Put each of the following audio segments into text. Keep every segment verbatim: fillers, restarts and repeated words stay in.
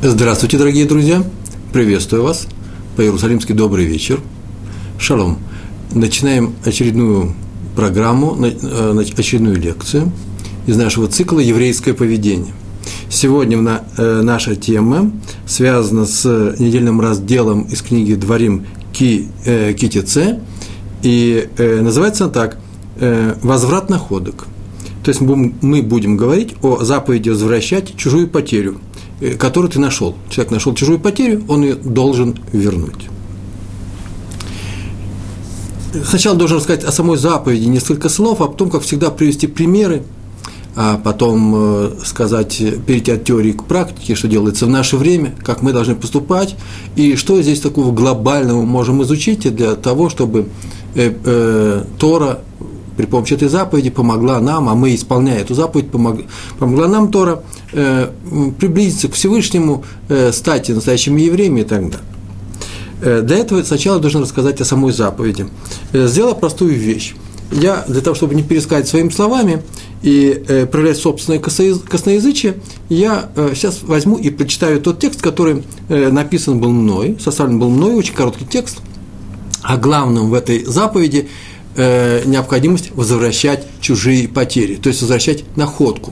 Здравствуйте, дорогие друзья! Приветствую вас! По-иерусалимски добрый вечер! Шалом! Начинаем очередную программу, очередную лекцию из нашего цикла «Еврейское поведение». Сегодня наша тема связана с недельным разделом из книги «Дворим Ки Тице», и называется она так «Возврат находок». То есть мы будем говорить о заповеди возвращать чужую потерю, которую ты нашел. Человек нашел чужую потерю, он ее должен вернуть. Сначала должен рассказать о самой заповеди несколько слов, а потом, как всегда, привести примеры, а потом сказать, перейти от теории к практике, что делается в наше время, как мы должны поступать, и что здесь такого глобального мы можем изучить для того, чтобы э, э, Тора при помощи этой заповеди помогла нам, а мы, исполняя эту заповедь, помог, помогла нам Тора э, приблизиться к Всевышнему, э, стать настоящими евреями и так далее. Э, для этого сначала должен рассказать о самой заповеди. Э, сделал простую вещь. Я, для того, чтобы не пересказать своими словами и э, проявлять собственное косноязычие, я э, сейчас возьму и прочитаю тот текст, который э, написан был мной, составлен был мной, очень короткий текст, о главном в этой заповеди – необходимость возвращать чужие потери, то есть возвращать находку.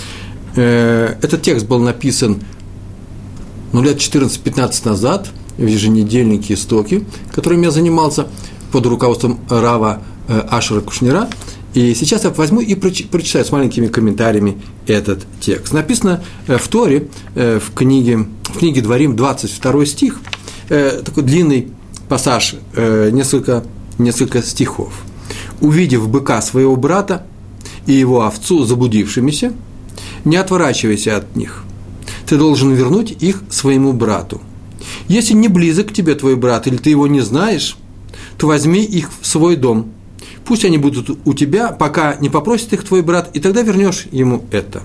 Этот текст был написан ну, лет четырнадцать-пятнадцать назад в еженедельнике «Истоки», которым я занимался под руководством Рава Ашера Кушнира. И сейчас я возьму и прочитаю с маленькими комментариями этот текст. Написано в Торе, в книге, в книге Дворим, двадцать второй стих, такой длинный пассаж, несколько, несколько стихов. «Увидев быка своего брата и его овцу заблудившимися, не отворачивайся от них. Ты должен вернуть их своему брату. Если не близок к тебе твой брат, или ты его не знаешь, то возьми их в свой дом. Пусть они будут у тебя, пока не попросит их твой брат, и тогда вернешь ему это.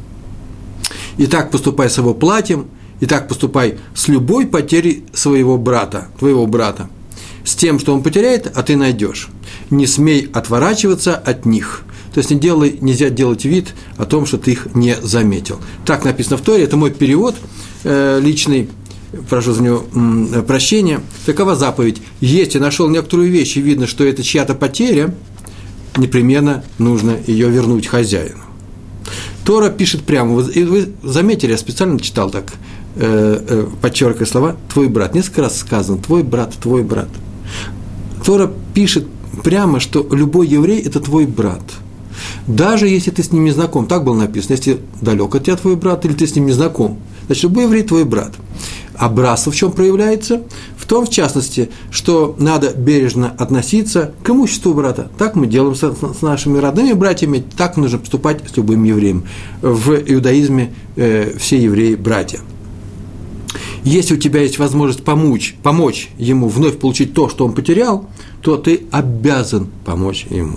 И так поступай с его платьем, и так поступай с любой потерей своего брата, твоего брата, с тем, что он потеряет, а ты найдешь. Не смей отворачиваться от них». То есть не делай, нельзя делать вид о том, что ты их не заметил. Так написано в Торе, это мой перевод э, личный, прошу за него м, прощения. Такова заповедь. Если нашел некоторую вещь и видно, что это чья-то потеря, непременно нужно ее вернуть хозяину. Тора пишет прямо, и вы заметили, я специально читал так, э, э, подчеркивая слова «твой брат». Несколько раз сказано «твой брат, твой брат». Тора пишет прямо, что любой еврей – это твой брат. Даже если ты с ним не знаком, так было написано, если далек от тебя твой брат, или ты с ним не знаком, значит, любой еврей – твой брат. А братство в чем проявляется? В том, в частности, что надо бережно относиться к имуществу брата. Так мы делаем с, с нашими родными братьями, так нужно поступать с любым евреем. В иудаизме э, все евреи – братья. Если у тебя есть возможность помочь, помочь ему вновь получить то, что он потерял, то ты обязан помочь ему.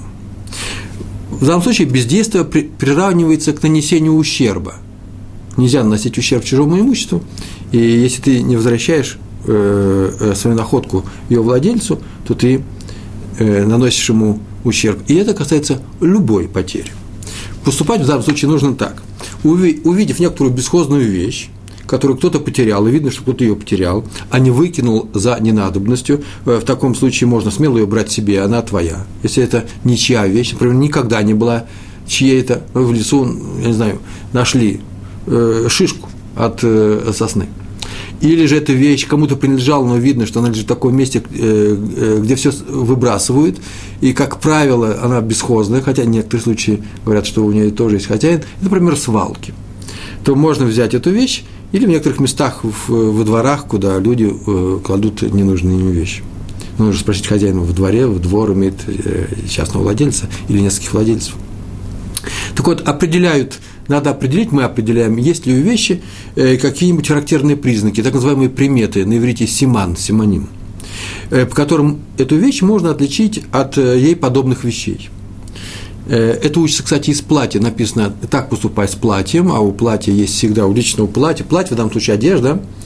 В данном случае бездействие приравнивается к нанесению ущерба. Нельзя наносить ущерб чужому имуществу, и если ты не возвращаешь э, свою находку ее владельцу, то ты э, наносишь ему ущерб. И это касается любой потери. Поступать в данном случае нужно так. Увидев некоторую бесхозную вещь, которую кто-то потерял, и видно, что кто-то ее потерял, а не выкинул за ненадобностью, в таком случае можно смело ее брать себе, она твоя. Если это ничья вещь, например, никогда не была чьей-то, в лесу, я не знаю, нашли э, шишку от э, сосны. Или же эта вещь кому-то принадлежала, но видно, что она лежит в таком месте, э, где все выбрасывают, и, как правило, она бесхозная, хотя некоторые случаи говорят, что у нее тоже есть хозяин, например, свалки, то можно взять эту вещь, или в некоторых местах в, во дворах, куда люди э, кладут ненужные им вещи. Нужно спросить хозяина в дворе, в двор имеет э, частного владельца или нескольких владельцев. Так вот, определяют, надо определить, мы определяем, есть ли у вещи э, какие-нибудь характерные признаки, так называемые приметы, на иврите симан, симоним, э, по которым эту вещь можно отличить от э, ей подобных вещей. Это учится, кстати, из платья. Написано, так поступай с платьем, а у платья есть всегда, у личного платья, платье в данном случае одежда,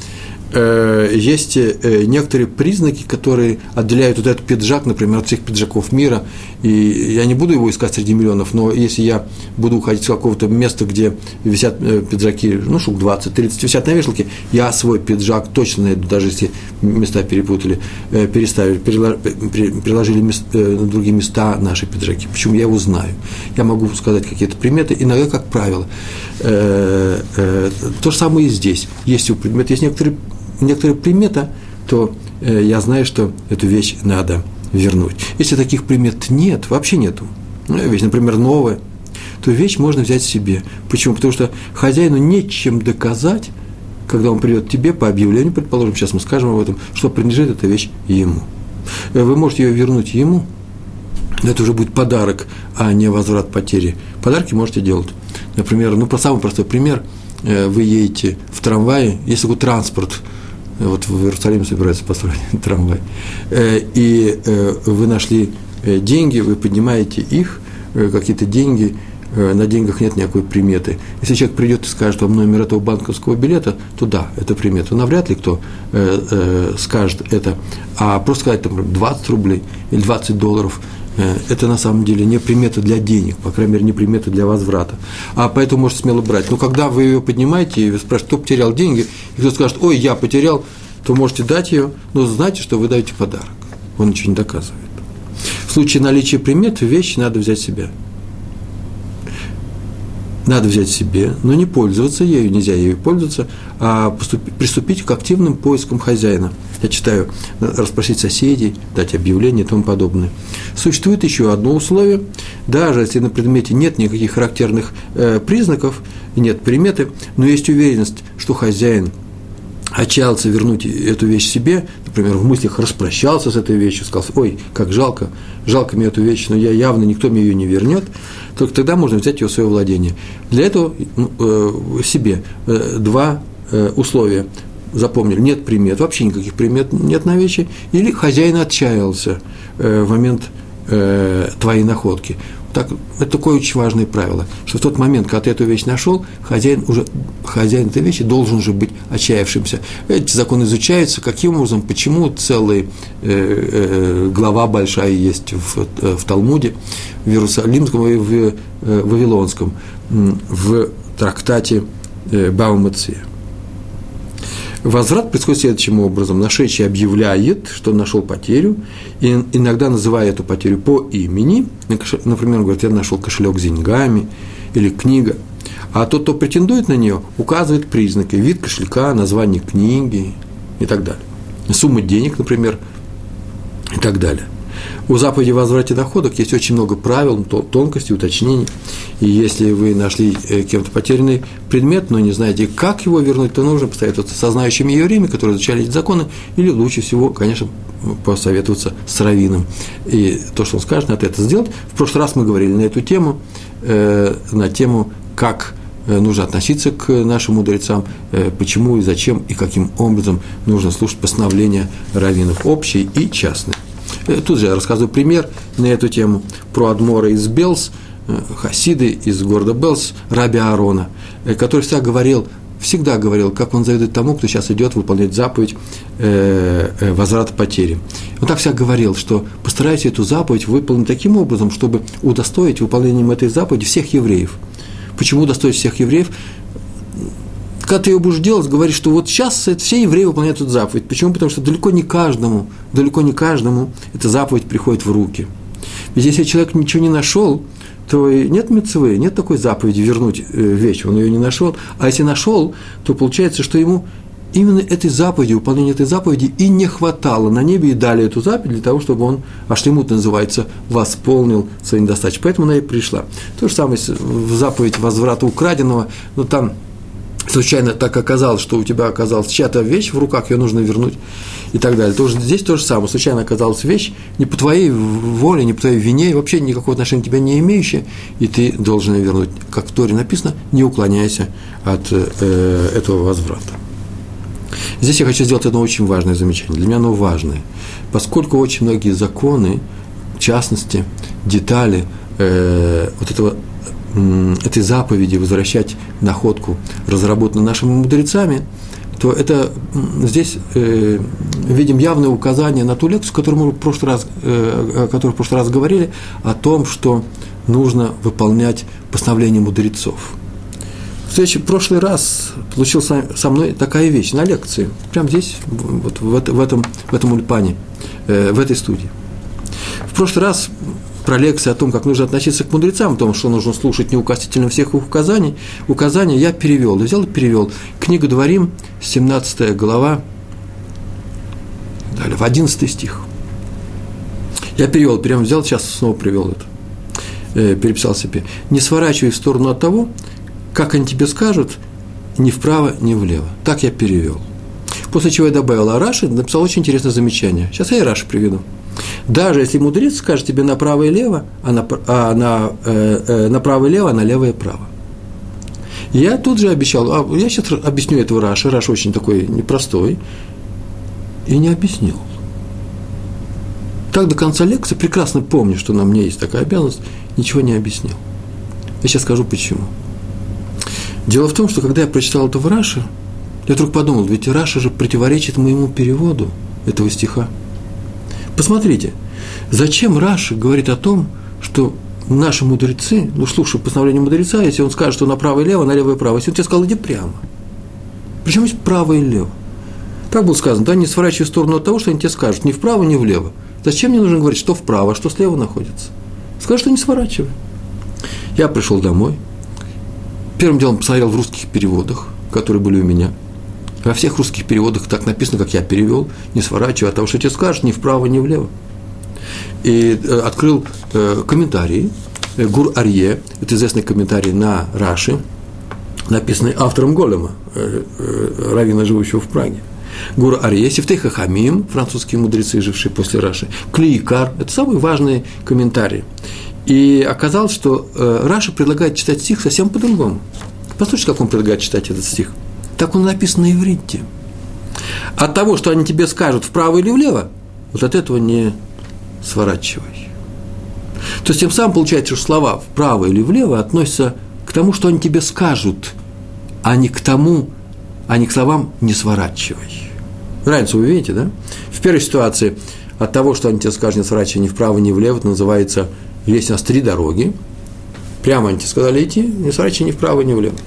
э, есть э, некоторые признаки, которые отделяют вот этот пиджак, например, от всех пиджаков мира. И я не буду его искать среди миллионов, но если я буду уходить с какого-то места, где висят э, пиджаки, ну, штук двадцать-тридцать висят на вешалке, я свой пиджак точно найду, даже если места перепутали, э, переставили, переложили мест, э, на другие места наши пиджаки. Почему? Я его знаю. Я могу сказать какие-то приметы, иногда, как правило. Э, э, то же самое и здесь. Если у предмета есть некоторые, некоторые примета, то э, я знаю, что эту вещь надо вернуть. Если таких примет нет, вообще нету, вещь, например, новая, то вещь можно взять себе. Почему? Потому что хозяину нечем доказать, когда он придет к тебе по объявлению, предположим, сейчас мы скажем об этом, что принадлежит эта вещь ему. Вы можете ее вернуть ему, это уже будет подарок, а не возврат потери. Подарки можете делать. Например, ну, про самый простой пример, вы едете в трамвае, есть такой транспорт, вот в Иерусалиме собираются построить трамвай, и вы нашли деньги, вы поднимаете их, какие-то деньги, на деньгах нет никакой приметы. Если человек придет и скажет вам номер этого банковского билета, то да, это примета. Навряд ли кто скажет это, а просто сказать, там, двадцать рублей или двадцать долларов, это на самом деле не примета для денег, по крайней мере, не примета для возврата. А поэтому можете смело брать. Но когда вы ее поднимаете и вы спрашиваете, кто потерял деньги, и кто скажет, ой, я потерял, то можете дать ее, но знайте, что вы даете подарок. Он ничего не доказывает. В случае наличия примет, вещи надо взять себе. Надо взять себе, но не пользоваться ею, нельзя ею пользоваться, а поступить, приступить к активным поискам хозяина. Я читаю, расспросить соседей, дать объявление и тому подобное. Существует еще одно условие, даже если на предмете нет никаких характерных э, признаков, нет приметы, но есть уверенность, что хозяин отчаялся вернуть эту вещь себе, например, в мыслях распрощался с этой вещью, сказал, ой, как жалко, жалко мне эту вещь, но я явно, никто мне ее не вернет, только тогда можно взять ее в свое владение. Для этого ну, э, себе э, два э, условия запомнили. Нет примет, вообще никаких примет нет на вещи, или хозяин отчаялся э, в момент э, твоей находки. Так, это такое очень важное правило, что в тот момент, когда ты эту вещь нашел, хозяин, уже, хозяин этой вещи должен же быть отчаявшимся. Эти законы изучаются, каким образом, почему, целая э, э, глава большая есть в, в Талмуде, в Иерусалимском и в э, Вавилонском, в трактате э, Бава Меция. Возврат происходит следующим образом. Нашедший объявляет, что он нашел потерю, и иногда называя эту потерю по имени, например, он говорит, я нашел кошелек с деньгами или книга, а тот, кто претендует на нее, указывает признаки, вид кошелька, название книги и так далее. Сумма денег, например, и так далее. У заповеди о возврате доходов есть очень много правил, тонкостей, уточнений. И если вы нашли кем-то потерянный предмет, но не знаете, как его вернуть, то нужно посоветоваться со знающими евреями, которые изучали эти законы, или лучше всего, конечно, посоветоваться с раввином. И то, что он скажет, надо это сделать. В прошлый раз мы говорили на эту тему, э, на тему, как нужно относиться к нашим мудрецам, э, почему и зачем и каким образом нужно слушать постановления раввинов, общие и частные. Тут же я рассказываю пример на эту тему про адмора из Белс, хасиды из города Белс, раби Аарона, который всегда говорил, всегда говорил, как он завидует тому, кто сейчас идет выполнять заповедь э, э, возврата потери. Он так всегда говорил, что постарайтесь эту заповедь выполнить таким образом, чтобы удостоить выполнением этой заповеди всех евреев. Почему удостоить всех евреев? Когда ты ее будешь делать, говоришь, что вот сейчас все евреи выполняют эту заповедь. Почему? Потому что далеко не каждому, далеко не каждому эта заповедь приходит в руки. Ведь если человек ничего не нашел, то нет мицвы, нет такой заповеди вернуть вещь, он ее не нашел. А если нашел, то получается, что ему именно этой заповеди, выполнения этой заповеди и не хватало. На небе и дали эту заповедь для того, чтобы он, ашлемут называется, восполнил свои недостатки. Поэтому она и пришла. То же самое в заповедь возврата украденного, но там случайно так оказалось, что у тебя оказалась чья-то вещь в руках, ее нужно вернуть и так далее. Тоже, здесь то же самое. Случайно оказалась вещь не по твоей воле, не по твоей вине, вообще никакого отношения к тебе не имеющая, и ты должен ее вернуть. Как в Торе написано, не уклоняйся от э, этого возврата. Здесь я хочу сделать одно очень важное замечание. Для меня оно важное. Поскольку очень многие законы, в частности, детали э, вот этого этой заповеди возвращать находку, разработанную нашими мудрецами, то это здесь э, видим явное указание на ту лекцию, которую мы в прошлый раз, э, о которой в прошлый раз говорили, о том, что нужно выполнять постановления мудрецов. В прошлый раз получилась со мной такая вещь на лекции, прямо здесь, вот в, это, в, этом, в этом ульпане, э, в этой студии. В прошлый раз про лекции о том, как нужно относиться к мудрецам, о том, что нужно слушать неукоснительно всех их указаний, указания я перевел, взял и перевел. Книга Дворим, семнадцатая глава, далее, в одиннадцатый стих. Я перевел, прямо взял, сейчас снова привел это, э, переписал себе. «Не сворачивай в сторону от того, как они тебе скажут, ни вправо, ни влево». Так я перевел. После чего я добавил, а Раши написал очень интересное замечание. Сейчас я и Раши приведу. Даже если мудрец скажет тебе направо и лево, а, на, а на, э, э, направо и лево, а налево и право. Я тут же обещал, а я сейчас объясню этого Раши, Раши очень такой непростой, и не объяснил. Так до конца лекции, прекрасно помню, что на мне есть такая обязанность, ничего не объяснил. Я сейчас скажу почему. Дело в том, что когда я прочитал это в Раши, я вдруг подумал, ведь Раши же противоречит моему переводу этого стиха. Посмотрите, зачем Раши говорит о том, что наши мудрецы, ну, слушай постановление мудреца, если он скажет, что направо и лево, налево и право, если он тебе сказал, иди прямо. Причем есть право и лево. Так было сказано, да, не сворачивай в сторону от того, что они тебе скажут, ни вправо, ни влево. Зачем мне нужно говорить, что вправо, что слева находится? Скажи, что не сворачивай. Я пришел домой, первым делом посмотрел в русских переводах, которые были у меня. Во всех русских переводах так написано, как я перевел, не сворачивая от того, что тебе скажут, ни вправо, ни влево. И э, открыл э, комментарии, э, Гур Арье, это известный комментарий на Раши, написанный автором Голема, э, э, раввина, живущего в Праге. Гур Арье, Сифтей Хахамим, французские мудрецы, жившие после Раши, Клиикар, это самые важные комментарии. И оказалось, что э, Раши предлагает читать стих совсем по-другому. Послушайте, как он предлагает читать этот стих. Так он написан на иврите. От того, что они тебе скажут вправо или влево, вот от этого не сворачивай. То есть, тем самым получается, что слова вправо или влево относятся к тому, что они тебе скажут, а не к тому, а не к словам «не сворачивай». Разницу вы видите, да? В первой ситуации от того, что они тебе скажут «не сворачивай» ни вправо, ни влево, это называется «есть у нас три дороги». Прямо они тебе сказали идти, не сворачивай ни вправо, ни влево.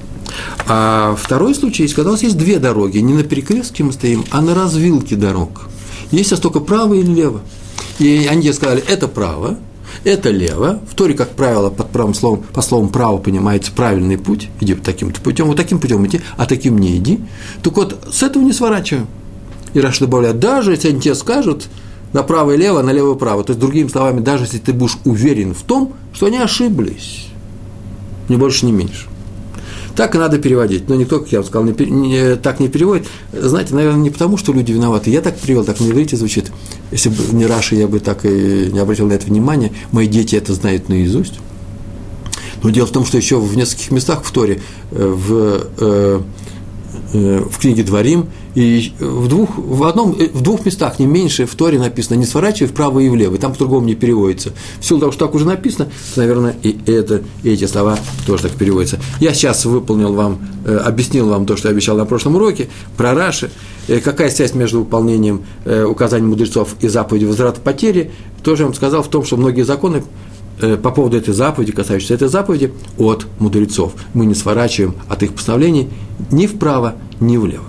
А второй случай есть, когда у вас есть две дороги, не на перекрестке мы стоим, а на развилке дорог. Есть у вас только право или лево. И они тебе сказали, это право, это лево. В Торе, как правило, под правым словом, по словам право понимается правильный путь, иди таким-то путем, вот таким путем иди, а таким не иди. Так вот, с этого не сворачиваем. И Раши добавляет, даже если они тебе скажут направо и лево, налево и право, то есть, другими словами, даже если ты будешь уверен в том, что они ошиблись, ни больше, ни меньше. Так и надо переводить. Но никто, как я вам сказал, не, не, так не переводит. Знаете, наверное, не потому, что люди виноваты. Я так перевел, так на иврите звучит. Если бы не Раши, я бы так и не обратил на это внимание. Мои дети это знают наизусть. Но дело в том, что еще в нескольких местах в Торе, в, э, в книге Дворим, и в двух, в, одном, в двух местах, не меньше, в Торе написано «не сворачивай вправо и влево», и там по-другому не переводится. В силу того, что так уже написано, то, наверное, и, это, и эти слова тоже так переводятся. Я сейчас выполнил вам, э, объяснил вам то, что я обещал на прошлом уроке, про Раши, э, какая связь между выполнением э, указаний мудрецов и заповедью возврата потери, тоже я вам сказал в том, что многие законы э, по поводу этой заповеди, касающиеся этой заповеди, от мудрецов. Мы не сворачиваем от их постановлений ни вправо, ни влево.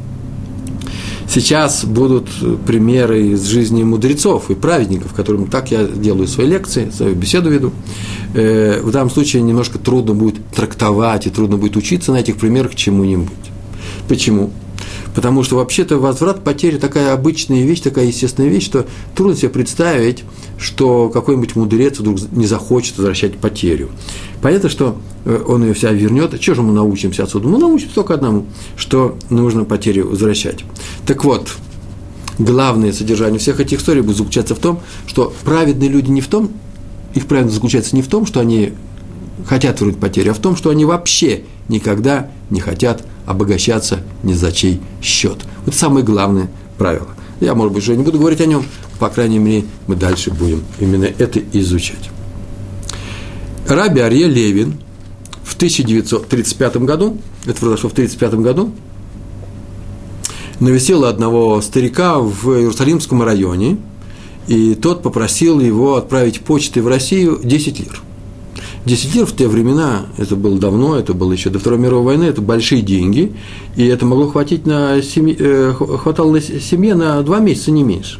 Сейчас будут примеры из жизни мудрецов и праведников, которым так я делаю свои лекции, свою беседу веду. В данном случае немножко трудно будет трактовать и трудно будет учиться на этих примерах чему-нибудь. Почему? Потому что вообще-то возврат потери такая обычная вещь, такая естественная вещь, что трудно себе представить, что какой-нибудь мудрец вдруг не захочет возвращать потерю. Понятно, что он ее вся вернет. Чего же мы научимся отсюда? Мы научимся только одному, что нужно потерю возвращать. Так вот, главное содержание всех этих историй будет заключаться в том, что праведные люди не в том, их праведность заключается не в том, что они хотят вернуть потерю, а в том, что они вообще никогда не хотят обогащаться ни за чей счет. Вот самое главное правило. Я, может быть, уже не буду говорить о нем, по крайней мере, мы дальше будем именно это изучать. Раби Арье Левин в тысяча девятьсот тридцать пятом году, это произошло в тысяча девятьсот тридцать пятом году, навестил одного старика в Иерусалимском районе, и тот попросил его отправить почтой в Россию десять лир. десять лир в те времена, это было давно, это было еще до Второй мировой войны, это большие деньги, и это могло хватить на семье, э, хватало на семье на два месяца, не меньше.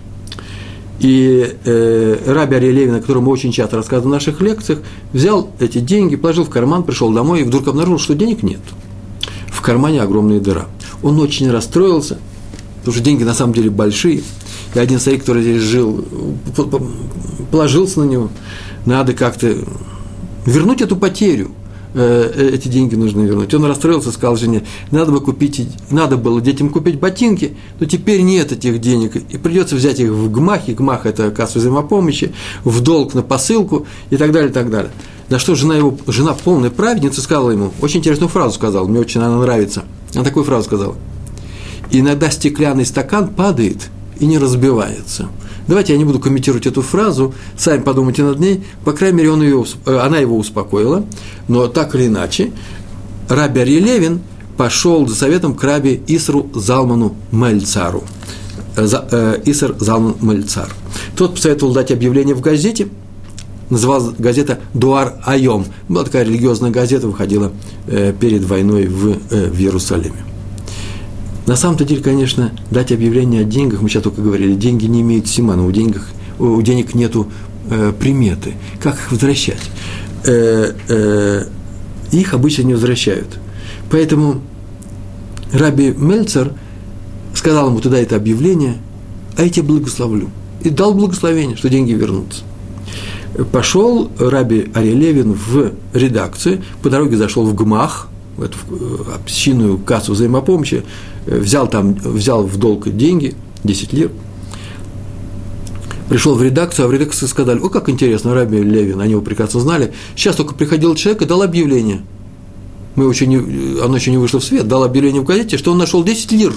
И э, Раби Арье Левин, о котором мы очень часто рассказываем в наших лекциях, взял эти деньги, положил в карман, пришел домой и вдруг обнаружил, что денег нет. В кармане огромная дыра. Он очень расстроился, потому что деньги на самом деле большие. И один старик, который здесь жил, положился на него. Надо как-то вернуть эту потерю. Эти деньги нужно вернуть. Он расстроился, сказал жене, надо, бы купить, надо было детям купить ботинки, но теперь нет этих денег, и придется взять их в ГМАХ, и ГМАХ – это касса взаимопомощи, в долг на посылку и так далее, и так далее. На что жена его, жена полная праведница, сказала ему, очень интересную фразу сказала, мне очень она нравится, она такую фразу сказала, иногда стеклянный стакан падает и не разбивается. Давайте я не буду комментировать эту фразу, сами подумайте над ней, по крайней мере, он ее, она его успокоила, но так или иначе, Раби Арье Левин пошел за советом к Раби Исру Залману Мельцару. Иср Залман Мельцар. Тот посоветовал дать объявление в газете, называлась газета «Дуар Айом». Была такая религиозная газета, выходила перед войной в, в Иерусалиме. На самом-то деле, конечно, дать объявление о деньгах, мы сейчас только говорили, деньги не имеют симана, у, денег, у денег нету э, приметы. Как их возвращать? Э, э, их обычно не возвращают. Поэтому Раби Мельцер сказал ему туда это объявление, а я тебя благословлю. И дал благословение, что деньги вернутся. Пошел Раби Арье Левин в редакцию, по дороге зашел в ГМАХ, в эту общинную кассу взаимопомощи, взял там, взял в долг деньги, десять лир, пришел в редакцию, а в редакции сказали, о, как интересно, Раби Левин, они его прекрасно знали, сейчас только приходил человек и дал объявление, мы еще не, оно еще не вышло в свет, дал объявление в газете, что он нашел десять лир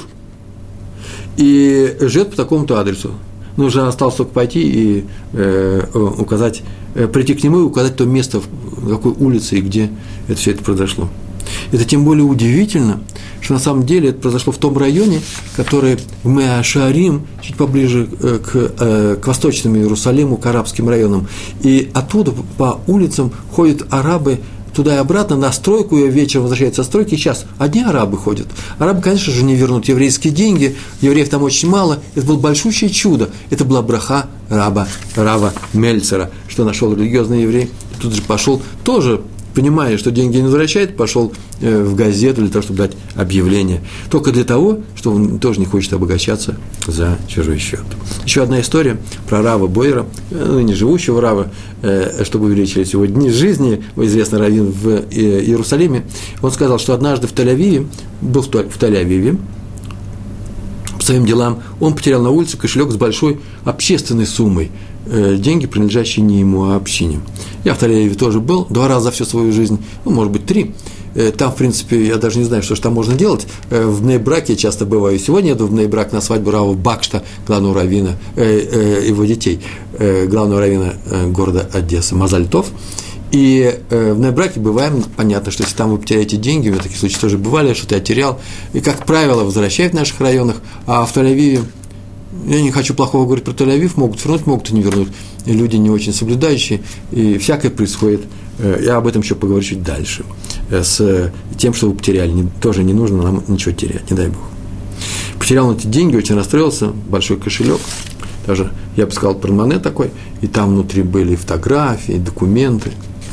и живет по такому-то адресу. Нужно осталось только пойти и э, указать, э, прийти к нему и указать то место, в какой улице и где это все это произошло. Это тем более удивительно, что на самом деле это произошло в том районе, который в Меа-Шаарим, чуть поближе к, к восточному Иерусалиму, к арабским районам. И оттуда по улицам ходят арабы туда и обратно, на стройку, и вечером возвращаются со стройки, и сейчас одни арабы ходят. Арабы, конечно же, не вернут еврейские деньги, евреев там очень мало, это было большущее чудо, это была браха раба, Рава Мельцера, что нашел религиозный еврей, и тут же пошел тоже, понимая, что деньги не возвращает, пошел в газету для того, чтобы дать объявление. Только для того, что он тоже не хочет обогащаться за чужой счет. Еще одна история про Рава Бойера, ныне живущего Рава, чтобы увеличились его дни жизни, известный раввин в Иерусалиме. Он сказал, что однажды в Тель-Авиве, был в Тель-Авиве, по своим делам, он потерял на улице кошелек с большой общественной суммой, деньги, принадлежащие не ему, а общине. Я в Тель-Авиве тоже был, два раза за всю свою жизнь, ну, может быть, три. Там, в принципе, я даже не знаю, что же там можно делать. В Бней-Браке я часто бываю. Сегодня еду в Бней-Брак на свадьбу Рава Бакшта, главного раввина, э, э, его детей, э, главного раввина э, города Одессы, Мазаль Тов. И э, в Бней-Браке бываем, понятно, что если там вы потеряете деньги, у меня такие случаи тоже бывали, что-то я терял, и, как правило, возвращают в наших районах, а в Тель-Авиве, я не хочу плохого говорить про Тель-Авив, могут вернуть, могут и не вернуть, и люди не очень соблюдающие, и всякое происходит. Я об этом еще поговорю чуть дальше. С тем, что вы потеряли, не, тоже не нужно нам ничего терять, не дай Бог. Потерял он эти деньги, очень расстроился, большой кошелек, даже, я бы сказал, портмоне такой, и там внутри были фотографии, документы,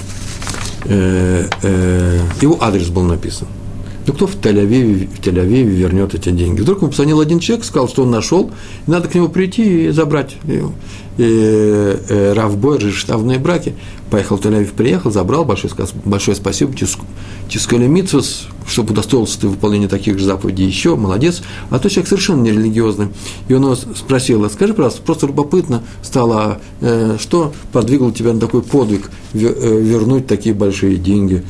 его адрес был написан. Ну, кто в Тель-Авиве, в Тель-Авиве вернет эти деньги? Вдруг ему позвонил один человек, сказал, что он нашел, и надо к нему прийти и забрать. И, и, и Рав Бойер, в Бней-Браке, поехал в Тель-Авив, приехал, забрал, большое, большое спасибо, Тисколе Митцвос, чтобы удостоился ты выполнения таких же заповедей еще, молодец. А то человек совершенно нерелигиозный. И он его спросил, скажи, пожалуйста, просто любопытно стало, что подвигло тебя на такой подвиг, вернуть такие большие деньги,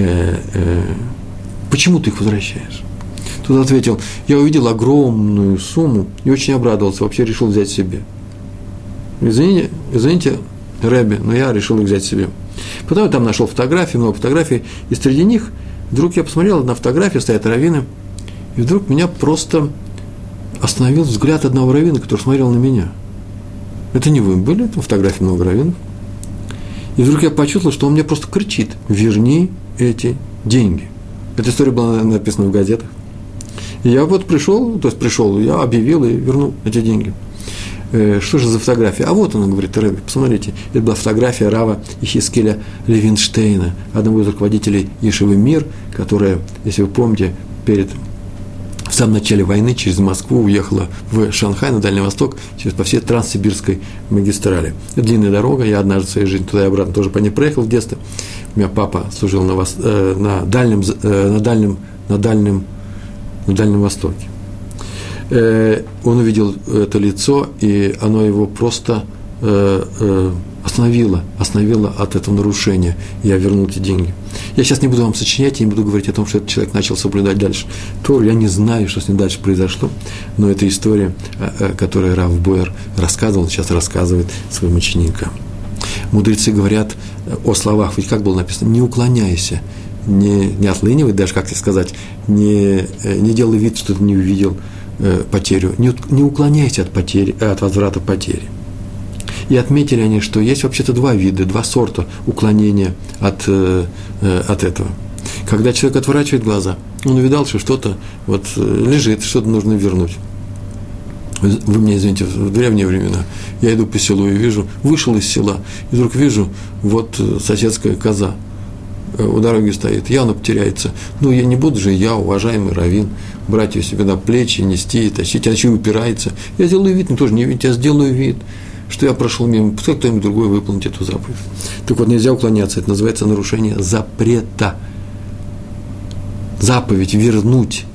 почему ты их возвращаешь? Тот ответил, я увидел огромную сумму и очень обрадовался, вообще решил взять себе. Извините, извините, Рэбби, но я решил их взять себе. Потом я там нашел фотографии, много фотографий, и среди них вдруг я посмотрел, на фотографии стоят раввины, и вдруг меня просто остановил взгляд одного раввина, который смотрел на меня. Это не вы были, это фотографии много раввинов. И вдруг я почувствовал, что он мне просто кричит: верни эти деньги. Эта история была написана в газетах. И я вот пришел, то есть пришел, я объявил и вернул эти деньги. Э, что же за фотография? А вот она, говорит, Рэбби, посмотрите, это была фотография Рава Ихискеля Левинштейна, одного из руководителей Ешивы Мир, которая, если вы помните, перед, в самом начале войны через Москву уехала в Шанхай, на Дальний Восток, через, по всей Транссибирской магистрали. Это длинная дорога, я однажды в своей жизни туда и обратно тоже по ней проехал в детстве. У меня папа служил на, вос, э, на, дальнем, э, на, дальнем, на, дальнем, на Дальнем Востоке. Э, он увидел это лицо, и оно его просто э, э, остановило, остановило от этого нарушения. Я вернул эти деньги. Я сейчас не буду вам сочинять, я не буду говорить о том, что этот человек начал соблюдать дальше Тору. Я не знаю, что с ним дальше произошло, но это история, которую Рав Боер рассказывал, сейчас рассказывает своим ученикам. Мудрецы говорят о словах, ведь как было написано: не уклоняйся, не, не отлынивай, даже, как тебе сказать, не, не делай вид, что ты не увидел э, потерю, не, не уклоняйся от, потери, от возврата потери. И отметили они, что есть вообще-то два вида, два сорта уклонения от, э, от этого. Когда человек отворачивает глаза, он увидал, что что-то вот лежит, что-то нужно вернуть. Вы меня извините, в древние времена я иду по селу и вижу, вышел из села, и вдруг вижу, вот соседская коза у дороги стоит, явно потеряется. Ну, я не буду же я, уважаемый раввин, брать ее себе на плечи, нести, тащить, она еще и упирается. Я сделаю вид, ну, тоже не вид, я сделаю вид, что я прошел мимо, пускай кто-нибудь другой выполнит эту заповедь. Так вот, нельзя уклоняться, это называется нарушение запрета. Заповедь вернуть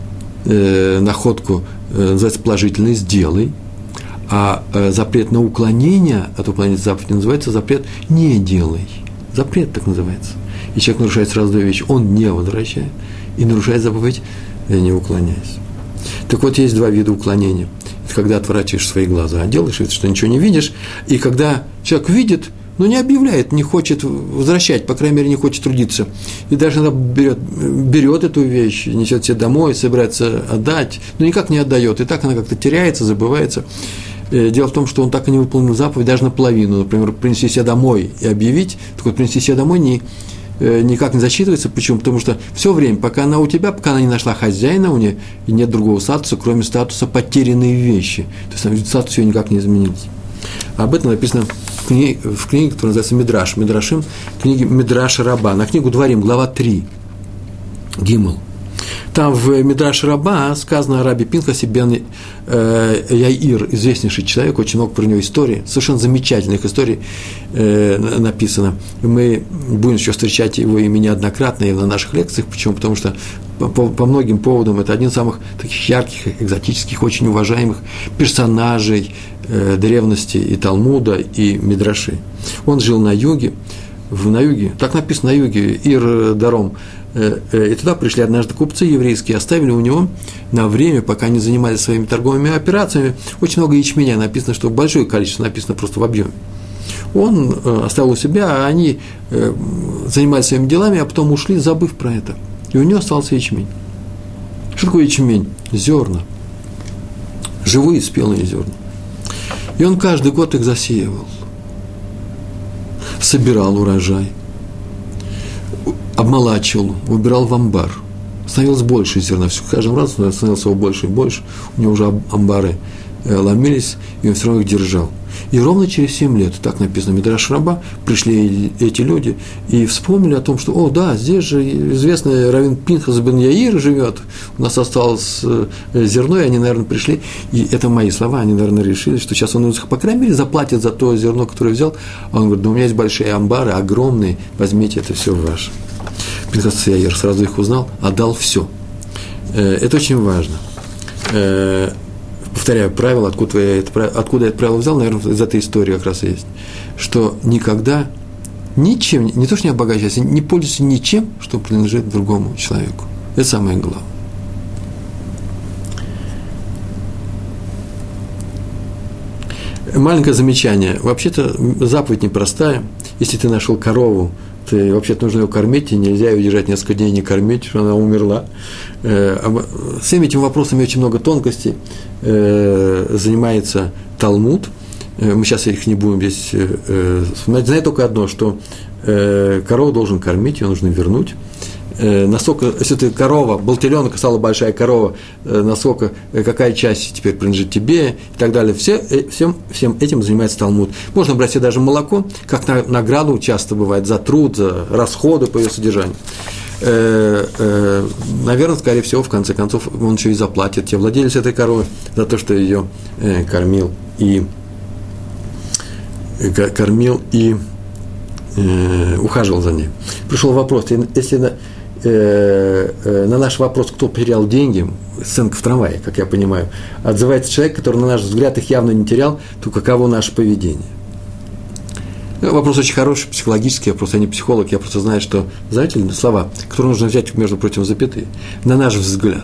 э, находку э, называется положительный «сделай», а э, запрет на уклонение от выполнения заповеди называется запрет «не делай». Запрет так называется. И человек нарушает сразу две вещи: он не возвращает и нарушает заповедь, не уклоняясь. Так вот, есть два вида уклонения. Это когда отворачиваешь свои глаза, делаешь вид, что ничего не видишь, и когда человек видит, но не объявляет, не хочет возвращать, по крайней мере, не хочет трудиться. И даже иногда берет, берет эту вещь, несет себе домой, собирается отдать, но никак не отдает. И так она как-то теряется, забывается. Дело в том, что он так и не выполнил заповедь даже наполовину. Например, принести себя домой и объявить. Так вот, принести себя домой не, никак не засчитывается. Почему? Потому что все время, пока она у тебя, пока она не нашла хозяина, у нее и нет другого статуса, кроме статуса потерянной вещи. То есть статус ее никак не изменился. Об этом написано в книге, в книге, которая называется «Мидраш». Мидрашим, книге «Мидраш Раба». На книгу «Дворим», глава три, Гимл. Там в Мидраш Раба сказано о Раби Пинхасе бен э, Яир, известнейший человек, очень много про него историй, совершенно замечательных историй э, написано. Мы будем еще встречать его имя неоднократно и на наших лекциях. Почему? Потому что по, по многим поводам это один из самых таких ярких, экзотических, очень уважаемых персонажей э, древности и Талмуда, и Мидраши. Он жил на юге, в, на юге, так написано на юге, Ир-Даром. И туда пришли однажды купцы еврейские, оставили у него на время, пока они занимались своими торговыми операциями, очень много ячменя, написано, что большое количество, написано просто в объеме. Он оставил у себя, а они занимались своими делами, а потом ушли, забыв про это. И у него остался ячмень. Что такое ячмень? Зерна. Живые спелые зерна. И он каждый год их засеивал. Собирал урожай. Обмолачивал, убирал в амбар. Становилось больше зерна. Все, каждым разом становилось его больше и больше. У него уже амбары ломились, и он все равно их держал. И ровно через семь лет, так написано в Мидраш Раба, пришли эти люди и вспомнили о том, что, о, да, здесь же известный раввин Пинхас бен Яир живет, у нас осталось зерно, и они, наверное, пришли, и это мои слова, они, наверное, решили, что сейчас он их, по крайней мере, заплатит за то зерно, которое взял. А он говорит: да у меня есть большие амбары, огромные, возьмите, это все ваше. Пинхас Яир сразу их узнал, отдал все. Это очень важно. Повторяю правило, откуда я, это, откуда я это правило взял, наверное, из этой истории как раз и есть, что никогда ничем, не то что не обогащайся, не пользуйся ничем, что принадлежит другому человеку. Это самое главное. Маленькое замечание. Вообще-то заповедь непростая. Если ты нашел корову, вот, и вообще-то нужно ее кормить, и нельзя ее держать несколько дней не кормить, что она умерла. С всеми этими вопросами очень много тонкостей занимается Талмуд. Мы сейчас их не будем здесь вспоминать. Знаю только одно, что корову должен кормить, ее нужно вернуть. Насколько, если ты корова, был теленок, стала большая корова, насколько, какая часть теперь принадлежит тебе и так далее. Все, всем, всем этим занимается Талмуд. Можно брать себе даже молоко, как на, награду часто бывает, за труд, за расходы по ее содержанию. Наверное, скорее всего, в конце концов, он еще и заплатит тебе, владелец этой коровы, за то, что ее кормил и кормил и ухаживал за ней. Пришел вопрос, если на, э, э, на наш вопрос, кто потерял деньги, сценка в трамвае, как я понимаю, отзывается человек, который, на наш взгляд, их явно не терял, то каково наше поведение? Вопрос очень хороший, психологический вопрос, я не психолог, я просто знаю, что, знаете, слова, которые нужно взять, между прочим, запятые, на наш взгляд.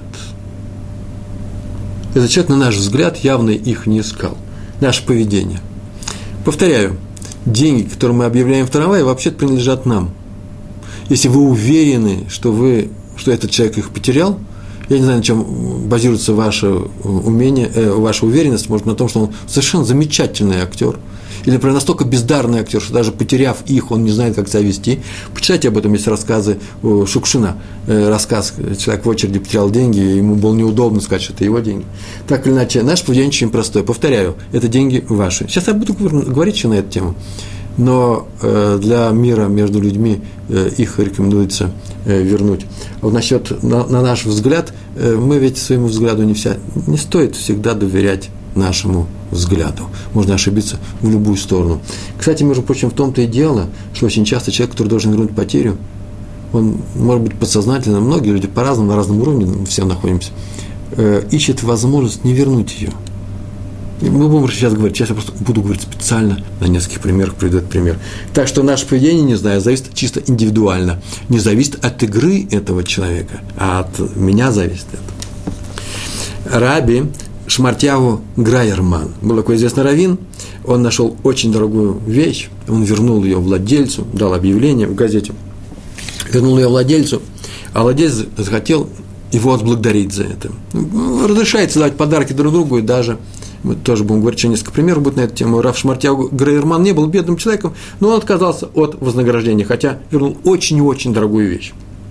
Этот человек, на наш взгляд, явно их не искал. Наше поведение. Повторяю, деньги, которые мы объявляем в трамвае, вообще-то принадлежат нам. Если вы уверены, что, вы, что этот человек их потерял, я не знаю, на чем базируется ваше умение, э, ваша уверенность, может, на том, что он совершенно замечательный актер, или, например, настолько бездарный актер, что даже потеряв их, он не знает, как себя вести. Почитайте об этом, есть рассказы Шукшина, рассказ, человек в очереди потерял деньги, ему было неудобно сказать, что это его деньги. Так или иначе, наше поведение очень простое. Повторяю, это деньги ваши. Сейчас я буду говорить еще на эту тему, но для мира между людьми их рекомендуется вернуть. А вот насчет, на, на наш взгляд, мы ведь своему взгляду не, вся, не стоит всегда доверять нашему взгляду. Можно ошибиться в любую сторону. Кстати, между прочим, в том-то и дело, что очень часто человек, который должен вернуть потерю, он, может быть, подсознательно, многие люди по-разному, на разном уровне, мы все находимся, э, ищет возможность не вернуть ее. И мы будем сейчас говорить, сейчас я просто буду говорить специально, на нескольких примерах приведу этот пример. Так что наше поведение, не знаю, зависит чисто индивидуально, не зависит от игры этого человека, а от меня зависит это. Раби Шмартьяву Грайерман. Был такой известный раввин, он нашел очень дорогую вещь, он вернул ее владельцу, дал объявление в газете, вернул ее владельцу, а владелец захотел его отблагодарить за это. Разрешается давать подарки друг другу, и даже, мы тоже будем говорить, что несколько примеров будет на эту тему, Рав Шмартьяву Грайерман не был бедным человеком, но он отказался от вознаграждения, хотя вернул очень-очень дорогую вещь.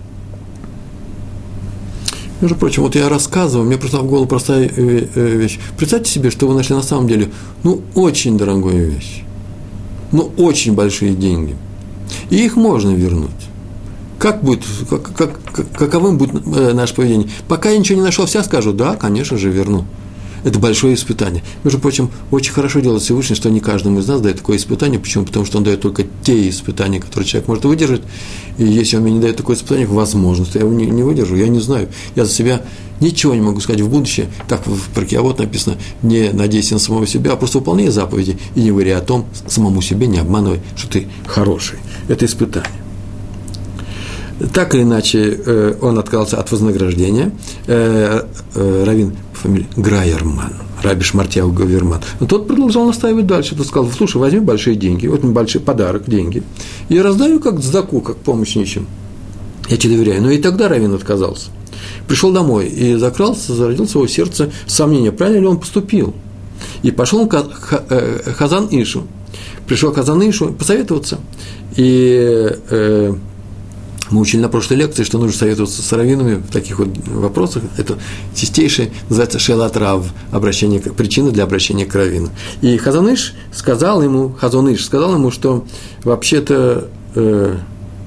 Между прочим, вот я рассказываю, мне пришла в голову простая вещь. Представьте себе, что вы нашли на самом деле, ну, очень дорогую вещь, ну, очень большие деньги, и их можно вернуть. Как будет, как, как, каковым будет наше поведение? Пока я ничего не нашел, все скажут, да, конечно же, верну. Это большое испытание. Между прочим, очень хорошо делает Всевышний, что не каждому из нас дает такое испытание. Почему? Потому что он дает только те испытания, которые человек может выдержать. И если он мне не дает такое испытание, возможно, то я его не, не выдержу, я не знаю. Я за себя ничего не могу сказать в будущее. Так в Парке Авот написано, не надейся на самого себя, а просто выполняй заповеди и не говори о том, самому себе не обманывай, что ты хороший. Это испытание. Так или иначе, он отказался от вознаграждения. Раввин по фамилии Грайерман, Раби Шмартьяу Грайерман. Но тот продолжал настаивать дальше. Тот сказал, слушай, возьми большие деньги, вот большой подарок, деньги, и раздаю как цдаку, как помощь нищим. Я тебе доверяю. Но и тогда раввин отказался. Пришел домой и закрался, зародил в его сердце сомнение, правильно ли он поступил. И пошел к Хазан Ишу. Пришел к Хазан Ишу посоветоваться. И э, мы учили на прошлой лекции, что нужно советоваться с раввинами в таких вот вопросах. Это чистейшее, называется шелат рав, обращение, причина для обращения к раввину. И Хазан Иш сказал ему, Хазон Иш сказал ему, что вообще-то э,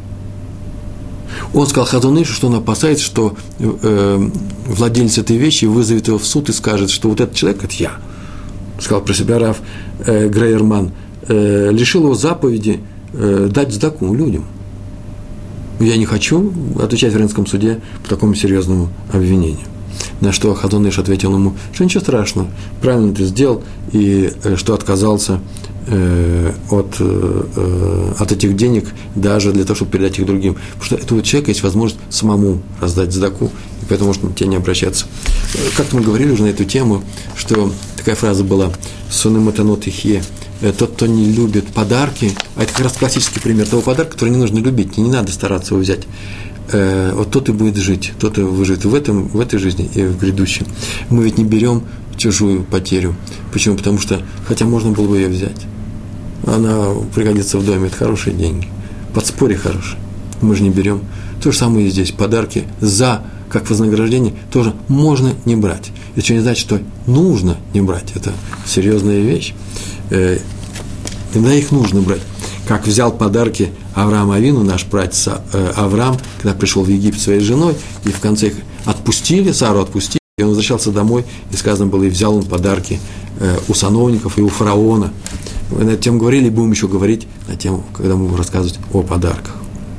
он сказал Хазон Ишу, что он опасается, что э, владелец этой вещи вызовет его в суд и скажет, что вот этот человек, это я, сказал про себя Рав э, Грайерман, э, лишил его заповеди э, дать цдаку людям. Я не хочу отвечать в Раввинском суде по такому серьезному обвинению. На что Хазон Иш ответил ему, что ничего страшного, правильно ты сделал, и что отказался э, от, э, от этих денег даже для того, чтобы передать их другим. Потому что этого человека есть возможность самому раздать цдаку, и поэтому можно к тебе не обращаться. Как-то мы говорили уже на эту тему, что такая фраза была «Сонем матанот ихе тот, кто не любит подарки, а это как раз классический пример того подарка, который не нужно любить, и не надо стараться его взять. Вот тот и будет жить, тот и выживет в, этом, в этой жизни и в грядущей. Мы ведь не берем чужую потерю. Почему? Потому что, хотя можно было бы ее взять, она пригодится в доме, это хорошие деньги, подспорье хорошее, мы же не берем. То же самое и здесь, подарки за, как вознаграждение, тоже можно не брать. Это что не значит, что нужно не брать, это серьезная вещь, иногда их нужно брать. Как взял подарки Авраам Авину, наш пратец Авраам, когда пришел в Египет своей женой, и в конце их отпустили, Сару отпустили, и он возвращался домой, и сказано было, и взял он подарки у сановников и у фараона. Мы на эту тему говорили, и будем еще говорить на тему, когда мы будем рассказывать о подарках.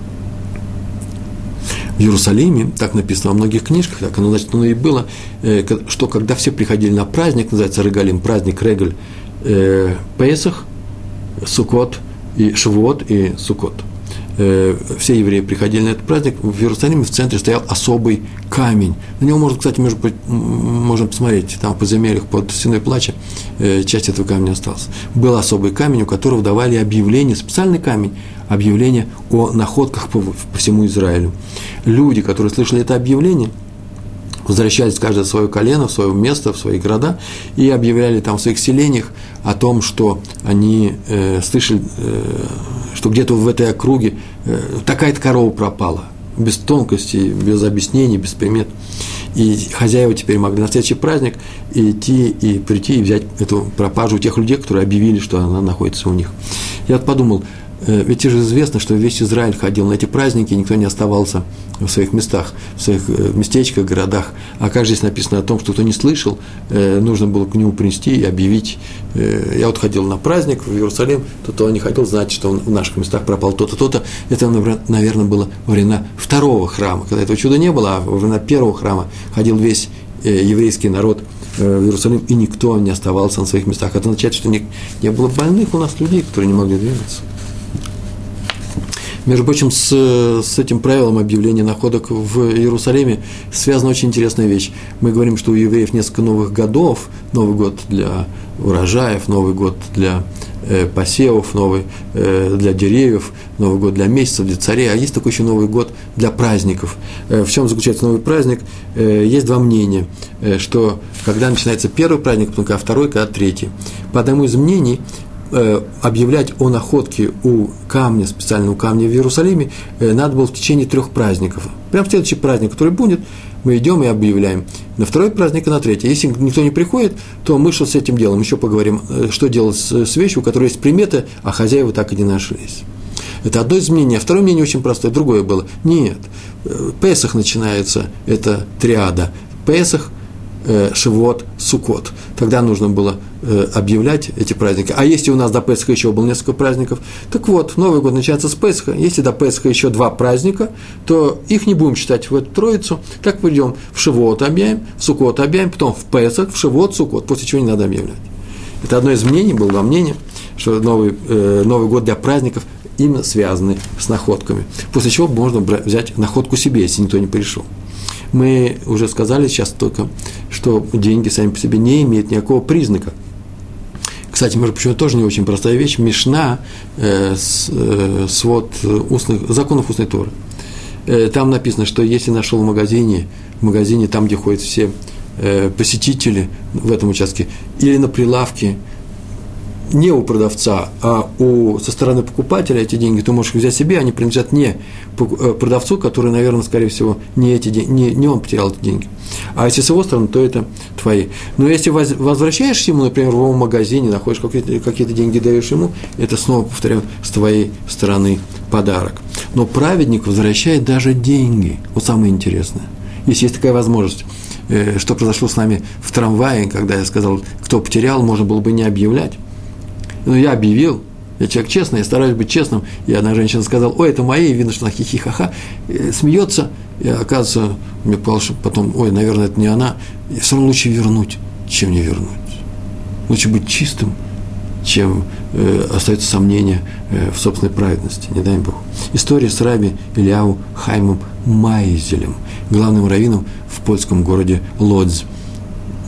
В Иерусалиме, так написано во многих книжках, так оно, значит, оно и было, что когда все приходили на праздник, называется Регалим, праздник Регаль, Песах, Суккот, и Шавуот, и Суккот. Все евреи приходили на этот праздник. В Иерусалиме в центре стоял особый камень. На него можно, кстати, между, можно посмотреть, там в подземельях под Стеной плача часть этого камня осталась. Был особый камень, у которого давали объявление, специальный камень, объявление о находках по, по всему Израилю. Люди, которые слышали это объявление, возвращались каждое в свое колено, в свое место, в свои города, и объявляли там в своих селениях о том, что они э, слышали, э, что где-то в этой округе э, такая-то корова пропала, без тонкостей, без объяснений, без примет. И хозяева теперь могли на следующий праздник идти и прийти и взять эту пропажу у тех людей, которые объявили, что она находится у них. Я вот подумал, ведь же известно, что весь Израиль ходил на эти праздники, и никто не оставался в своих местах, в своих местечках, городах. А как же здесь написано о том, что кто не слышал, нужно было к нему принести и объявить. Я вот ходил на праздник в Иерусалим, кто-то не хотел знать, что в наших местах пропал то-то, то-то. Это, наверное, было во времена второго храма, когда этого чуда не было, а во времена первого храма ходил весь еврейский народ в Иерусалим, и никто не оставался на своих местах. Это означает, что не, не было больных у нас людей, которые не могли двигаться. Между прочим, с, с этим правилом объявления находок в Иерусалиме связана очень интересная вещь. Мы говорим, что у евреев несколько новых годов. Новый год для урожаев, Новый год для э, посевов, Новый э, для деревьев, Новый год для месяцев, для царей. А есть такой еще Новый год для праздников. Э, в чем заключается новый праздник? Э, есть два мнения, э, что когда начинается первый праздник, потом когда второй, когда третий. По одному из мнений, объявлять о находке у камня, специального камня в Иерусалиме, надо было в течение трех праздников. Прямо в следующий праздник, который будет, мы идем и объявляем. На второй праздник и на третий. Если никто не приходит, то мы что с этим делаем? Еще поговорим, что делать с вещью, у которой есть приметы, а хозяева так и не нашлись. Это одно из мнений. А второе мнение очень простое, другое было. Нет, Песах начинается, это триада. Песах, Шавуот, Суккот. Тогда нужно было объявлять эти праздники. А если у нас до Песаха еще было несколько праздников, так вот, Новый год начинается с Песаха. Если до Песаха еще два праздника, то их не будем считать в эту троицу. Так пойдем в Шавуот объявим, в Суккот объявим, потом в Песах, в Шавуот, Суккот, после чего не надо объявлять. Это одно из мнений, было два мнения, что Новый, э, Новый год для праздников именно связаны с находками. После чего можно взять находку себе, если никто не пришел. Мы уже сказали сейчас только, что деньги сами по себе не имеют никакого признака. Кстати, может, почему тоже не очень простая вещь. Мишна, э, с, э, свод устных, законов устной Торы. Э, там написано, что если нашел в магазине, в магазине там, где ходят все э, посетители в этом участке, или на прилавке, не у продавца, а у, со стороны покупателя эти деньги, ты можешь их взять себе, они принадлежат не продавцу, который, наверное, скорее всего, не, эти деньги, не, не он потерял эти деньги. А если с его стороны, то это твои. Но если возвращаешься ему, например, в его магазине, находишь какие-то, какие-то деньги, даешь ему, это снова, повторяю, с твоей стороны подарок. Но праведник возвращает даже деньги. Вот самое интересное. Если есть такая возможность. Что произошло с нами в трамвае, когда я сказал, кто потерял, можно было бы не объявлять. Но я объявил, я человек честный, я стараюсь быть честным, и одна женщина сказала, ой, это мои, и видно, что она хихи-ха-ха, смеется, и оказывается, мне показалось, что потом, ой, наверное, это не она, и все равно лучше вернуть, чем не вернуть. Лучше быть чистым, чем э, остается сомнение э, в собственной праведности, не дай Бог. История с раби Ильяу Хаймом Майзелем, главным раввином в польском городе Лодзь.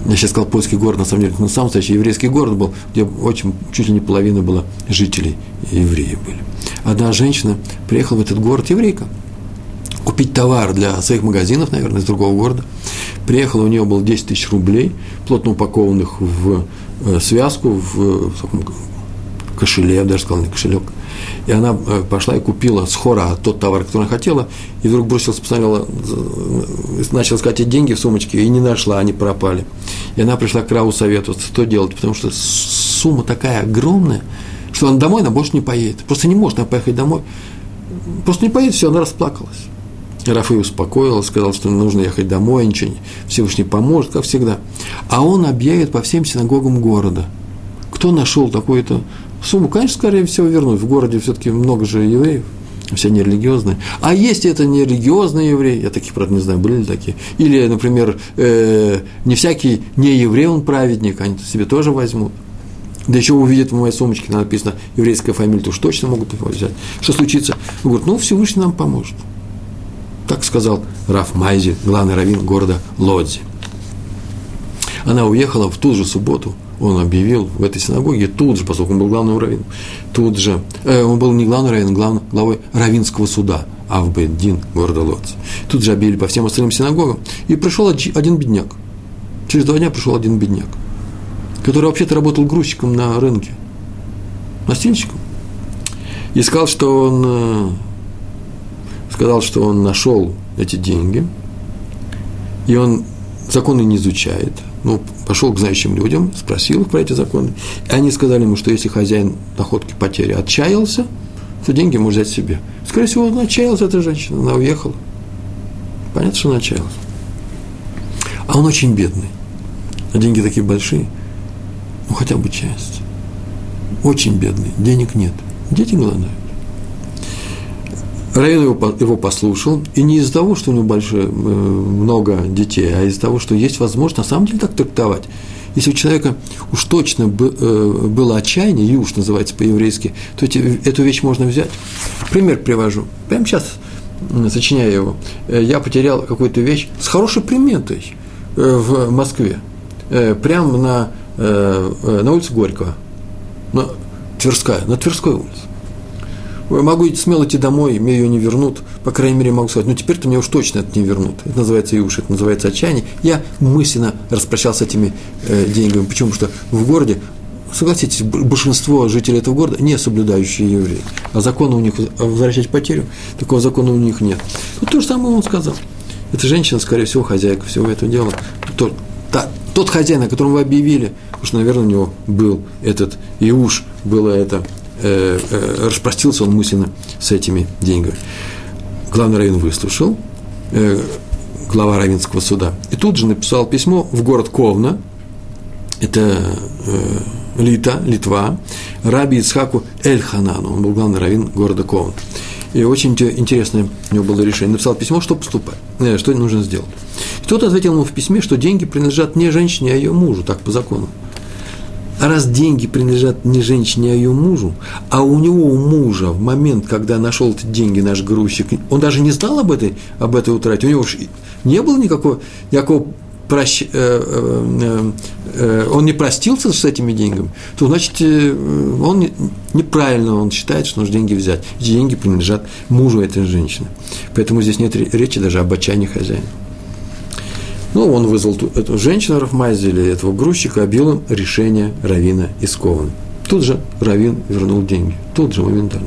Я сейчас сказал польский город, на самом деле, это на самом настоящий еврейский город был, где очень, чуть ли не половина была жителей евреи были. Одна женщина приехала в этот город, еврейка, купить товар для своих магазинов, наверное, из другого города. Приехала, у нее было десять тысяч рублей, плотно упакованных в связку, в таком кошеле, я бы даже сказал, не кошелек. И она пошла и купила с хора тот товар, который она хотела, и вдруг бросилась, посмотрела, начала искать эти деньги в сумочке, и не нашла, они пропали. И она пришла к Раву советоваться, что делать, потому что сумма такая огромная, что она домой, она больше не поедет. Просто не может она поехать домой. Просто не поедет, все, она расплакалась. Раф ее успокоил, сказал, что нужно ехать домой, ничего, Всевышний поможет, как всегда. А он объявит по всем синагогам города. Кто нашел такую-то сумму, конечно, скорее всего, вернуть. В городе все-таки много же евреев, все нерелигиозные. А если это нерелигиозные евреи, я таких, правда, не знаю, были ли такие, или, например, э, не всякий не еврей, он праведник, они себе тоже возьмут. Да еще увидят в моей сумочке, написано еврейская фамилия, то уж точно могут их взять. Что случится? Он говорит, ну, Всевышний нам поможет. Так сказал Рав Майзи, главный раввин города Лодзи. Она уехала в ту же субботу, он объявил в этой синагоге, тут же, поскольку он был главным раввином, тут же, э, он был не главным раввином, главным, главой раввинского суда, Авбейт-Дин города Лодзи. Тут же объявили по всем остальным синагогам, и пришел один бедняк. Через два дня пришел один бедняк, который вообще-то работал грузчиком на рынке, настильщиком, и сказал, что он... сказал, что он нашел эти деньги, и он законы не изучает. Ну, пошел к знающим людям, спросил их про эти законы, и они сказали ему, что если хозяин находки потери отчаялся, то деньги может взять себе. Скорее всего, он отчаялся, эта женщина, она уехала. Понятно, что она отчаялась. А он очень бедный, а деньги такие большие, ну, хотя бы часть. Очень бедный, денег нет, дети голодают. Раввин его, его послушал, и не из-за того, что у него большое, много детей, а из-за того, что есть возможность на самом деле так трактовать. Если у человека уж точно было отчаяние, юш называется по-еврейски, то эти, эту вещь можно взять. Пример привожу. Прямо сейчас, сочиняя его, я потерял какую-то вещь с хорошей приметой в Москве, прямо на, на улице Горького, на Тверская, на Тверской улице. Могу смело идти домой, мне ее не вернут, по крайней мере, могу сказать, ну, теперь-то мне уж точно это не вернут. Это называется юш, это называется отчаяние. Я мысленно распрощался с этими э, деньгами. Почему? Потому что в городе, согласитесь, большинство жителей этого города не соблюдающие евреи. А закона у них, возвращать потерю, такого закона у них нет. Вот то же самое он сказал. Эта женщина, скорее всего, хозяйка всего этого дела. Тот, та, тот хозяин, о котором вы объявили, уж, наверное, у него был этот юш, было это... распростился он мысленно с этими деньгами. Главный раввин выслушал, глава раввинского суда, и тут же написал письмо в город Ковна, это Лита, Литва, Раби Ицхаку Эль-Ханану, он был главный раввин города Ковна. И очень интересное у него было решение. Написал письмо, что поступать, что нужно сделать. И тот ответил ему в письме, что деньги принадлежат не женщине, а ее мужу, так по закону. А раз деньги принадлежат не женщине, а ее мужу, а у него, у мужа, в момент, когда нашел эти деньги наш грузчик, он даже не знал об этой, об этой утрате, у него не было никакого, никакого прощ, э, э, э, он не простился с этими деньгами, то, значит, он не, неправильно он считает, что нужно деньги взять. Эти деньги принадлежат мужу этой женщины. Поэтому здесь нет речи даже об отчаянии хозяина. Ну, он вызвал эту женщину Рав Майзи или этого грузчика, объявил им решение раввина из Ковны. Тут же раввин вернул деньги. Тут же, моментально.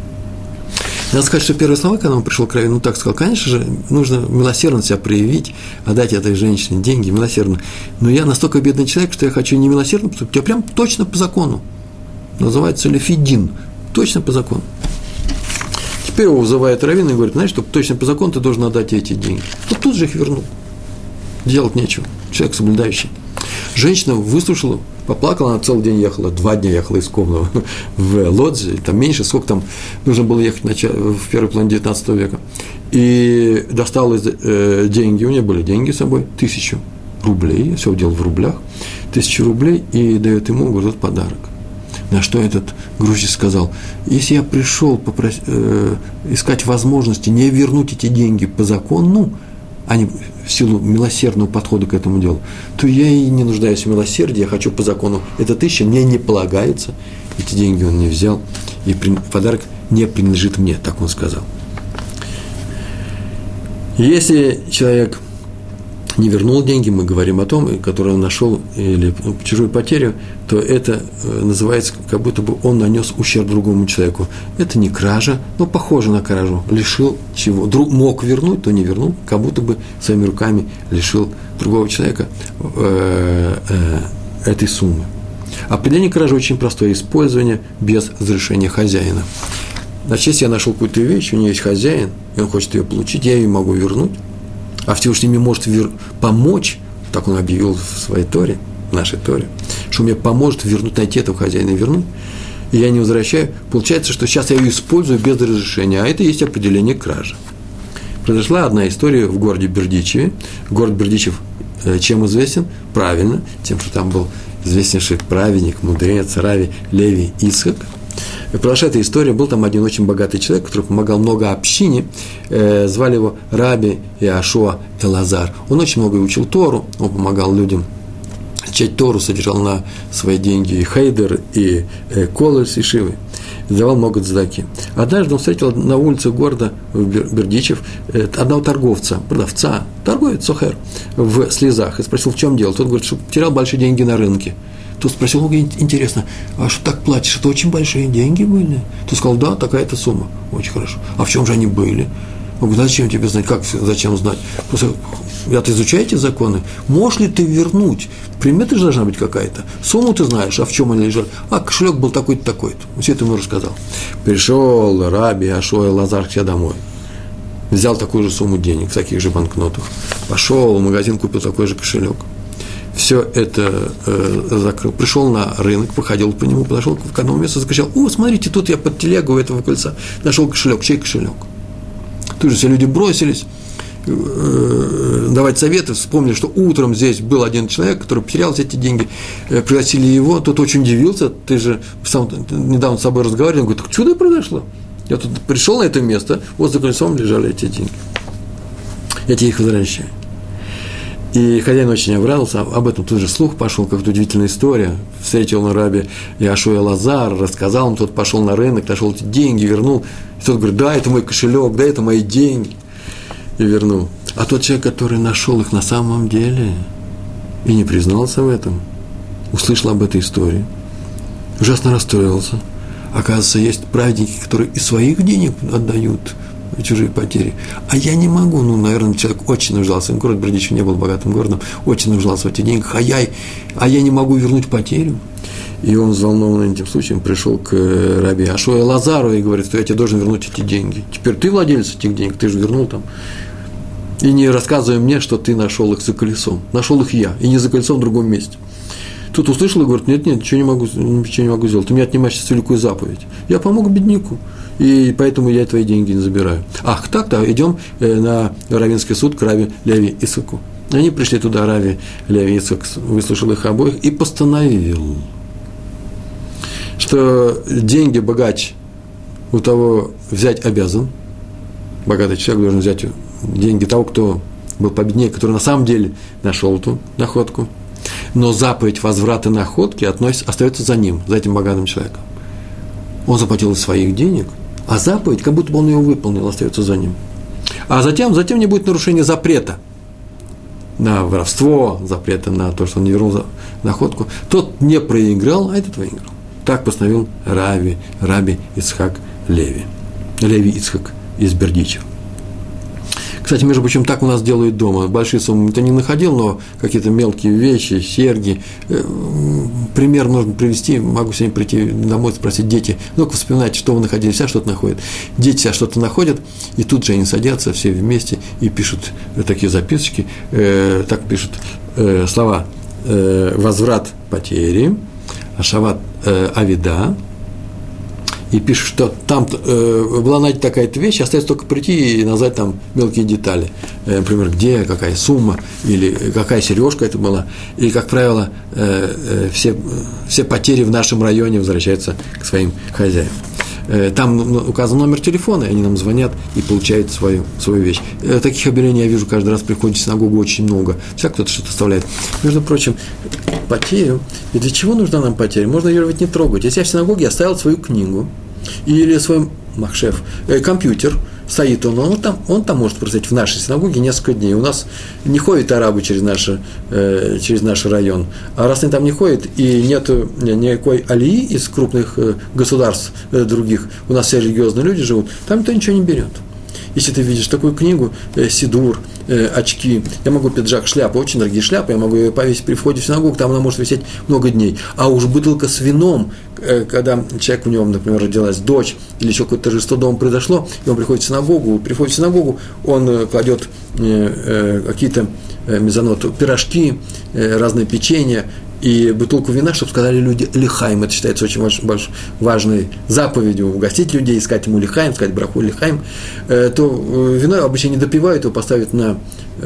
Надо сказать, что первые слова, когда он пришел к раввину, он так сказал, конечно же, нужно милосердно себя проявить, отдать этой женщине деньги, милосердно. Но я настолько бедный человек, что я хочу не милосердно поступить, а прям точно по закону. Называется лефидин. Точно по закону. Теперь его вызывает раввин и говорит, знаешь, что точно по закону ты должен отдать эти деньги. Вот тут же их вернул. Делать нечего. Человек соблюдающий. Женщина выслушала, поплакала, она целый день ехала, два дня ехала из Ковна в Лодзи, там меньше, сколько там нужно было ехать в первой половине девятнадцатого века. И достала э, деньги, у нее были деньги с собой, тысячу рублей, все делал в рублях, тысячу рублей, и дает ему, говорит, вот подарок. На что этот грузчик сказал, если я пришел попрос... э, искать возможности не вернуть эти деньги по закону, они в силу милосердного подхода к этому делу, то я и не нуждаюсь в милосердии, я хочу по закону, эта тысяча мне не полагается, эти деньги он не взял, и подарок не принадлежит мне, так он сказал. Если человек не вернул деньги, мы говорим о том, который он нашел, или чужую потерю, то это называется, как будто бы он нанес ущерб другому человеку. Это не кража, но похоже на кражу. Лишил чего? Друг мог вернуть, то не вернул, как будто бы своими руками лишил другого человека э, э, этой суммы. Определение кражи очень простое: использование без разрешения хозяина. Значит, если я нашел какую-то вещь, у нее есть хозяин, и он хочет ее получить, я ее могу вернуть. А Всевышний мне может вер... помочь, так он объявил в своей Торе, в нашей Торе, что мне поможет вернуть, найти этого хозяина и вернуть, и я не возвращаю. Получается, что сейчас я ее использую без разрешения, а это и есть определение кражи. Произошла одна история в городе Бердичеве. Город Бердичев чем известен? Правильно, тем, что там был известнейший праведник, мудрец, Рави Леви Ицхак. Произошла эта история, был там один очень богатый человек, который помогал много общине, э, звали его Раби Яшуа Элазар. Он очень много учил Тору, он помогал людям читать Тору, содержал на свои деньги и хейдер, и э, кололь с ишивой, давал много цдаки. Однажды он встретил на улице города Бердичев э, одного торговца, продавца, торговец Сохер, в слезах, и спросил, в чем дело. Тот говорит, что потерял большие деньги на рынке. Тот спросил, ну, интересно, а что так платишь, это очень большие деньги были? Тот сказал, да, такая-то сумма, очень хорошо. А в чем же они были? Он говорит, зачем тебе знать, как, зачем знать? Просто, я-то изучаю эти законы, можешь ли ты вернуть? Примета же должна быть какая-то, сумму ты знаешь, а в чем они лежали? А кошелек был такой-то, такой-то, все это ему рассказал. Пришел Раби Яшуа Элазар к себе домой, взял такую же сумму денег в таких же банкнотах, пошел в магазин, купил такой же кошелек. Все это э, закрыл, пришел на рынок, походил по нему, подошел к одному месту, закричал, о, смотрите, тут я под телегу этого кольца нашел кошелек, чей кошелек? Тут же все люди бросились э, давать советы, вспомнили, что утром здесь был один человек, который потерял эти деньги, э, пригласили его, тот очень удивился, ты же сам недавно с собой разговаривал, он говорит, так чудо произошло, я тут пришел на это место, вот за кольцом лежали эти деньги, я тебе их возвращаю. И хозяин очень обрадовался, об этом тут же слух пошел, какая-то удивительная история. Встретил на Раби Яшуа Элазар, рассказал, он тот пошел на рынок, нашел эти деньги, вернул. И тот говорит, да, это мой кошелек, да, это мои деньги. И вернул. А тот человек, который нашел их на самом деле и не признался в этом, услышал об этой истории, ужасно расстроился. Оказывается, есть праведники, которые из своих денег отдают чужие потери. А я не могу, ну, наверное, человек очень нуждался, город Бердичев не был богатым городом, очень нуждался в этих деньгах, а я, а я не могу вернуть потерю. И он, взволнованный этим случаем, пришел к Раби Яшуа Элазару и говорит, что я тебе должен вернуть эти деньги. Теперь ты владелец этих денег, ты же вернул там. И не рассказывай мне, что ты нашел их за колесом. Нашел их я, и не за колесом в другом месте. Тут услышал и говорит, нет, нет, ничего не могу, ничего не могу сделать, ты мне отнимаешь сейчас великую заповедь. Я помогу бедняку, и поэтому я твои деньги не забираю. Ах, так-то, идем на раввинский суд к Рави Леви Ицхаку. Они пришли туда, Рави Леви Ицхак выслушал их обоих и постановил, что деньги богач у того взять обязан, богатый человек должен взять деньги того, кто был победнее, который на самом деле нашел эту находку. Но заповедь возврата находки относится, остается за ним, за этим богатым человеком. Он заплатил из своих денег, а заповедь, как будто бы он ее выполнил, остается за ним. А затем, затем не будет нарушения запрета на воровство, запрета на то, что он не вернул находку. Тот не проиграл, а этот выиграл. Так постановил Рави, Раби Ицхак Леви. Леви Ицхак из Бердичева. Кстати, между прочим, так у нас делают дома. Большие суммы ты не находил, но какие-то мелкие вещи, серьги. Пример можно привести. Могу сегодня прийти домой, спросить дети. Ну-ка, вспоминайте, что вы находили, вся что-то находят. Дети себя что-то находят, и тут же они садятся все вместе и пишут такие записочки. Э, так пишут э, слова э, «возврат потери», «ашават э, авида». И пишет, что там э, была найдена такая-то вещь, остается только прийти и назвать там мелкие детали. Э, например, где, какая сумма, или какая сережка это была. И, как правило, э, э, все, все потери в нашем районе возвращаются к своим хозяевам. Там указан номер телефона, и они нам звонят и получают свою, свою вещь. Таких объявлений я вижу каждый раз, приходит в синагогу очень много. Всяк кто-то что-то оставляет. Между прочим, потерю. И для чего нужна нам потеря? Можно ее ведь не трогать. Если я в синагоге оставил свою книгу или свой махшеф, э, компьютер, стоит он, он там, он там может простоять в нашей синагоге несколько дней. У нас не ходят арабы через, наши, э, через наш район. А раз они там не ходят, и нет никакой алии из крупных э, государств э, других, у нас все религиозные люди живут, там никто ничего не берет. Если ты видишь такую книгу, э, сидур, э, очки, я могу пиджак, шляпа, очень дорогие шляпы, я могу ее повесить при входе в синагогу, там она может висеть много дней. А уж бутылка с вином, э, когда человек, у него, например, родилась дочь, или еще какое-то торжество дома произошло, и он приходит в синагогу, приходит в синагогу, он э, кладет э, э, какие-то э, мезонот, пирожки, э, разные печенья, и бутылку вина, чтобы сказали люди лихаим. Это считается очень важ, важ, важной заповедью угостить людей, сказать ему лихаим, сказать браху лихаим. Э, то э, вино обычно не допивают, его поставят на,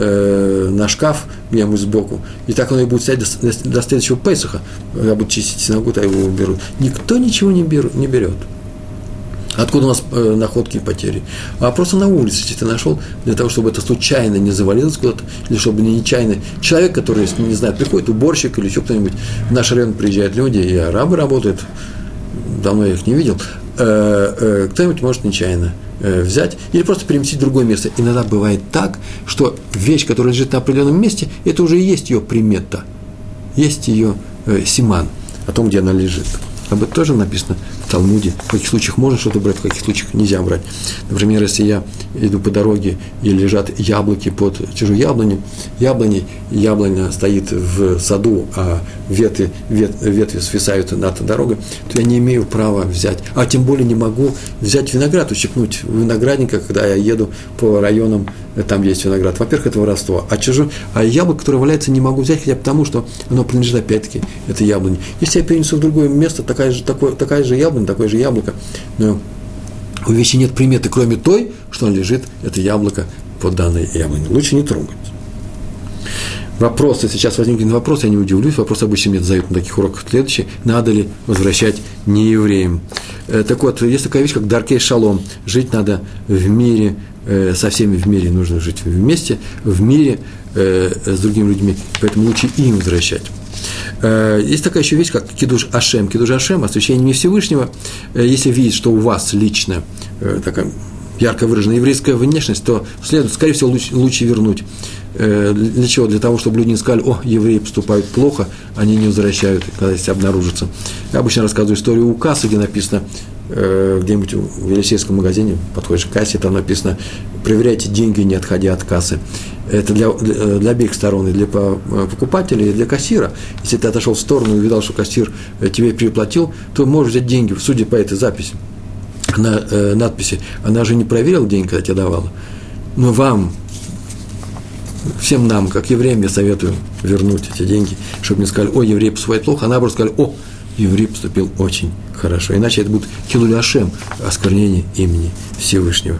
э, на шкаф где-нибудь сбоку. И так оно и будет стоять до, до, до следующего Песаха. Когда будут чистить синагогу, то его уберут. Никто ничего не, беру, не берет. Откуда у нас э, находки и потери? А просто на улице, если ты нашел, для того, чтобы это случайно не завалилось куда-то, или чтобы не нечаянно. Человек, который, не знаю, приходит, уборщик или еще кто-нибудь, в наш район приезжают люди, и арабы работают, давно я их не видел, э, э, кто-нибудь может нечаянно э, взять или просто переместить в другое место. Иногда бывает так, что вещь, которая лежит на определенном месте, это уже и есть ее примета, есть ее э, симан о том, где она лежит. Об этом тоже написано в Талмуде. В каких случаях можно что-то брать, в каких случаях нельзя брать. Например, если я иду по дороге и лежат яблоки под чужой яблоней, яблоней, яблоня стоит в саду, а ветви, вет, ветви свисают над дорогой, то я не имею права взять, а тем более не могу взять виноград, ущипнуть виноградника, когда я еду по районам, там есть виноград. Во-первых, это воровство. А, чужой, а яблоко, которое валяется, не могу взять, хотя потому, что оно принадлежит опять-таки этой яблоне. Если я перенесу в другое место, такая же, такое, такая же яблоня, такое же яблоко, но у вещи нет приметы, кроме той, что он лежит, это яблоко под данной яблоней. Лучше не трогать. Вопрос, если сейчас возникнет вопрос, я не удивлюсь, вопрос обычно мне задают на таких уроках следующий, надо ли возвращать неевреям. Так вот, есть такая вещь, как даркей шалом, жить надо в мире, со всеми в мире нужно жить вместе, в мире с другими людьми, поэтому лучше им возвращать. Есть такая еще вещь, как кидуш Ашем. Кидуш Ашем, освящение имени Всевышнего, если видеть, что у вас лично такая ярко выраженная еврейская внешность, то следует, скорее всего, лучше, лучше вернуть. Для чего? Для того, чтобы люди не сказали: о, евреи поступают плохо, они не возвращают, когда если обнаружится. Я обычно рассказываю историю у кассы, где написано, где-нибудь в Елисейском магазине, подходишь к кассе, там написано: проверяйте деньги, не отходя от кассы. Это для, для, для обеих сторон, и для покупателя, и для кассира. Если ты отошел в сторону и увидел, что кассир тебе переплатил, то можешь взять деньги, судя по этой записи, на, э, надписи. Она же не проверила деньги, когда тебе давала. Но вам, всем нам, как евреям, я советую вернуть эти деньги, чтобы не сказали: о, еврей поступает плохо, а наоборот сказали: о, еврей поступил очень хорошо. Иначе это будет хилуль Ашем, осквернение имени Всевышнего.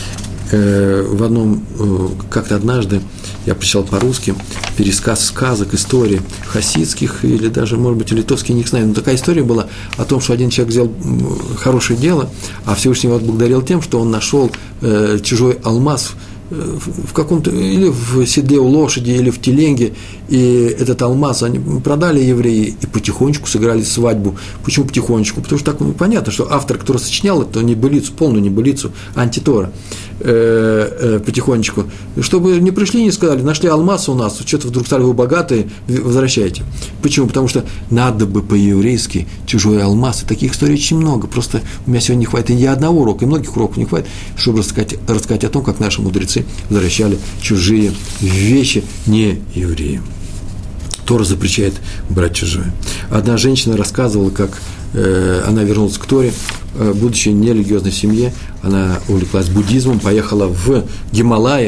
В одном, как-то однажды я прочитал по-русски пересказ сказок, истории хасидских или даже, может быть, литовских, не знаю, но такая история была о том, что один человек сделал хорошее дело, а Всевышний его отблагодарил тем, что он нашел чужой алмаз в каком-то, или в седле у лошади, или в теленге, и этот алмаз они продали евреи и потихонечку сыграли свадьбу. Почему потихонечку? Потому что так ну, понятно, что автор, который сочинял эту небылицу, полную небылицу, антитора, э, э, потихонечку, чтобы не пришли и не сказали: нашли алмаз у нас, что-то вдруг стали вы богатые, возвращайте. Почему? Потому что надо бы по-еврейски чужой алмаз, и таких историй очень много, просто у меня сегодня не хватит и ни одного урока, и многих уроков не хватит, чтобы рассказать, рассказать о том, как наши мудрецы возвращали чужие вещи не евреям. Тора запрещает брать чужое. Одна женщина рассказывала, как э, она вернулась к Торе, э, будучи в нерелигиозной семье, она увлеклась буддизмом, поехала в Гималаи,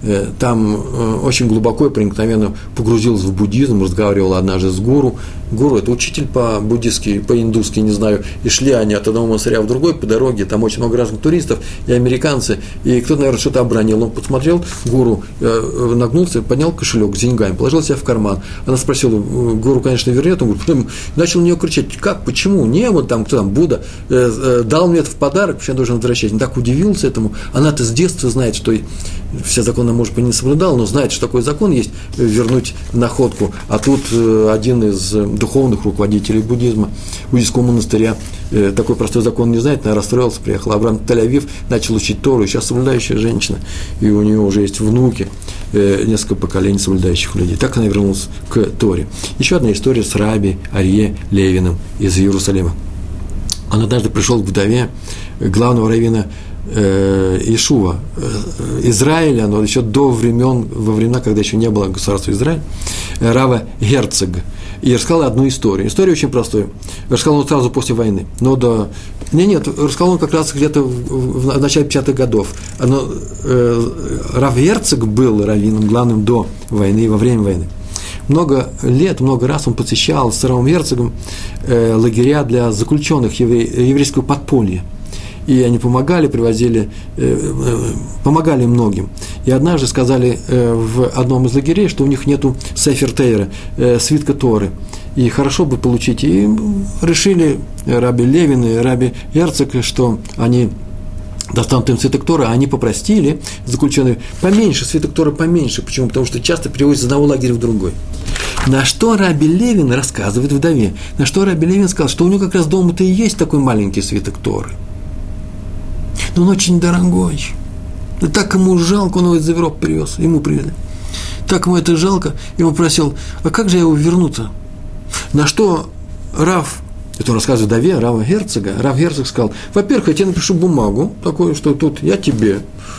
там очень глубоко и проникновенно погрузился в буддизм, разговаривал однажды с гуру. Гуру – это учитель по-буддистски, по-индуски, не знаю, и шли они от одного монастыря в другой по дороге, там очень много разных туристов и американцы, и кто-то, наверное, что-то обронил. Он посмотрел, гуру нагнулся, поднял кошелек с деньгами, положил себя в карман. Она спросила, гуру, конечно, вернет, он говорит, начал на нее кричать, как, почему, не, вот там, кто там, Будда, дал мне это в подарок, почему я должен возвращать. Он так удивился этому, она-то с детства знает, что все законы, может быть, не соблюдал, но знает, что такой закон есть, вернуть находку, а тут один из духовных руководителей буддизма, буддийского монастыря, такой простой закон не знает, наверное, расстроился, приехал обратно в Тель-Авив, начал учить Тору, и сейчас соблюдающая женщина, и у нее уже есть внуки, несколько поколений соблюдающих людей. Так она вернулась к Торе. Еще одна история с раби Арье Левиным из Иерусалима. Он однажды пришел к вдове главного раввина Иешуа, Израиля, но еще до времен, во времена, когда еще не было государства Израиль, Рава Герцог. И рассказал одну историю. История очень простая. Рассказал он сразу после войны. Но до... Нет, нет, рассказал он как раз где-то в, в начале пятидесятых годов. Оно, э, Рав Герцог был раввином главным до войны и во время войны. Много лет, много раз он посещал с Равом Герцогом э, лагеря для заключенных евре, еврейского подполья. И они помогали, привозили, помогали многим. И однажды сказали в одном из лагерей, что у них нету сефер Тейра, свитка Торы. И хорошо бы получить. И решили раби Левин и раби Герцог, что они достанут им свиток Торы, а они попросили заключенные поменьше, свиток Торы поменьше. Почему? Потому что часто переводят из одного лагеря в другой. На что раби Левин рассказывает вдове, на что раби Левин сказал, что у него как раз дома-то и есть такой маленький свиток Торы. Но он очень дорогой. И так ему жалко, он его из Европы привез, ему привезли. Так ему это жалко, и он просил, а как же я его верну-то? На что Рав, это он рассказывает вдове Рава Герцога, Рав Герцог сказал, во-первых, я тебе напишу бумагу, такую, что тут я тебе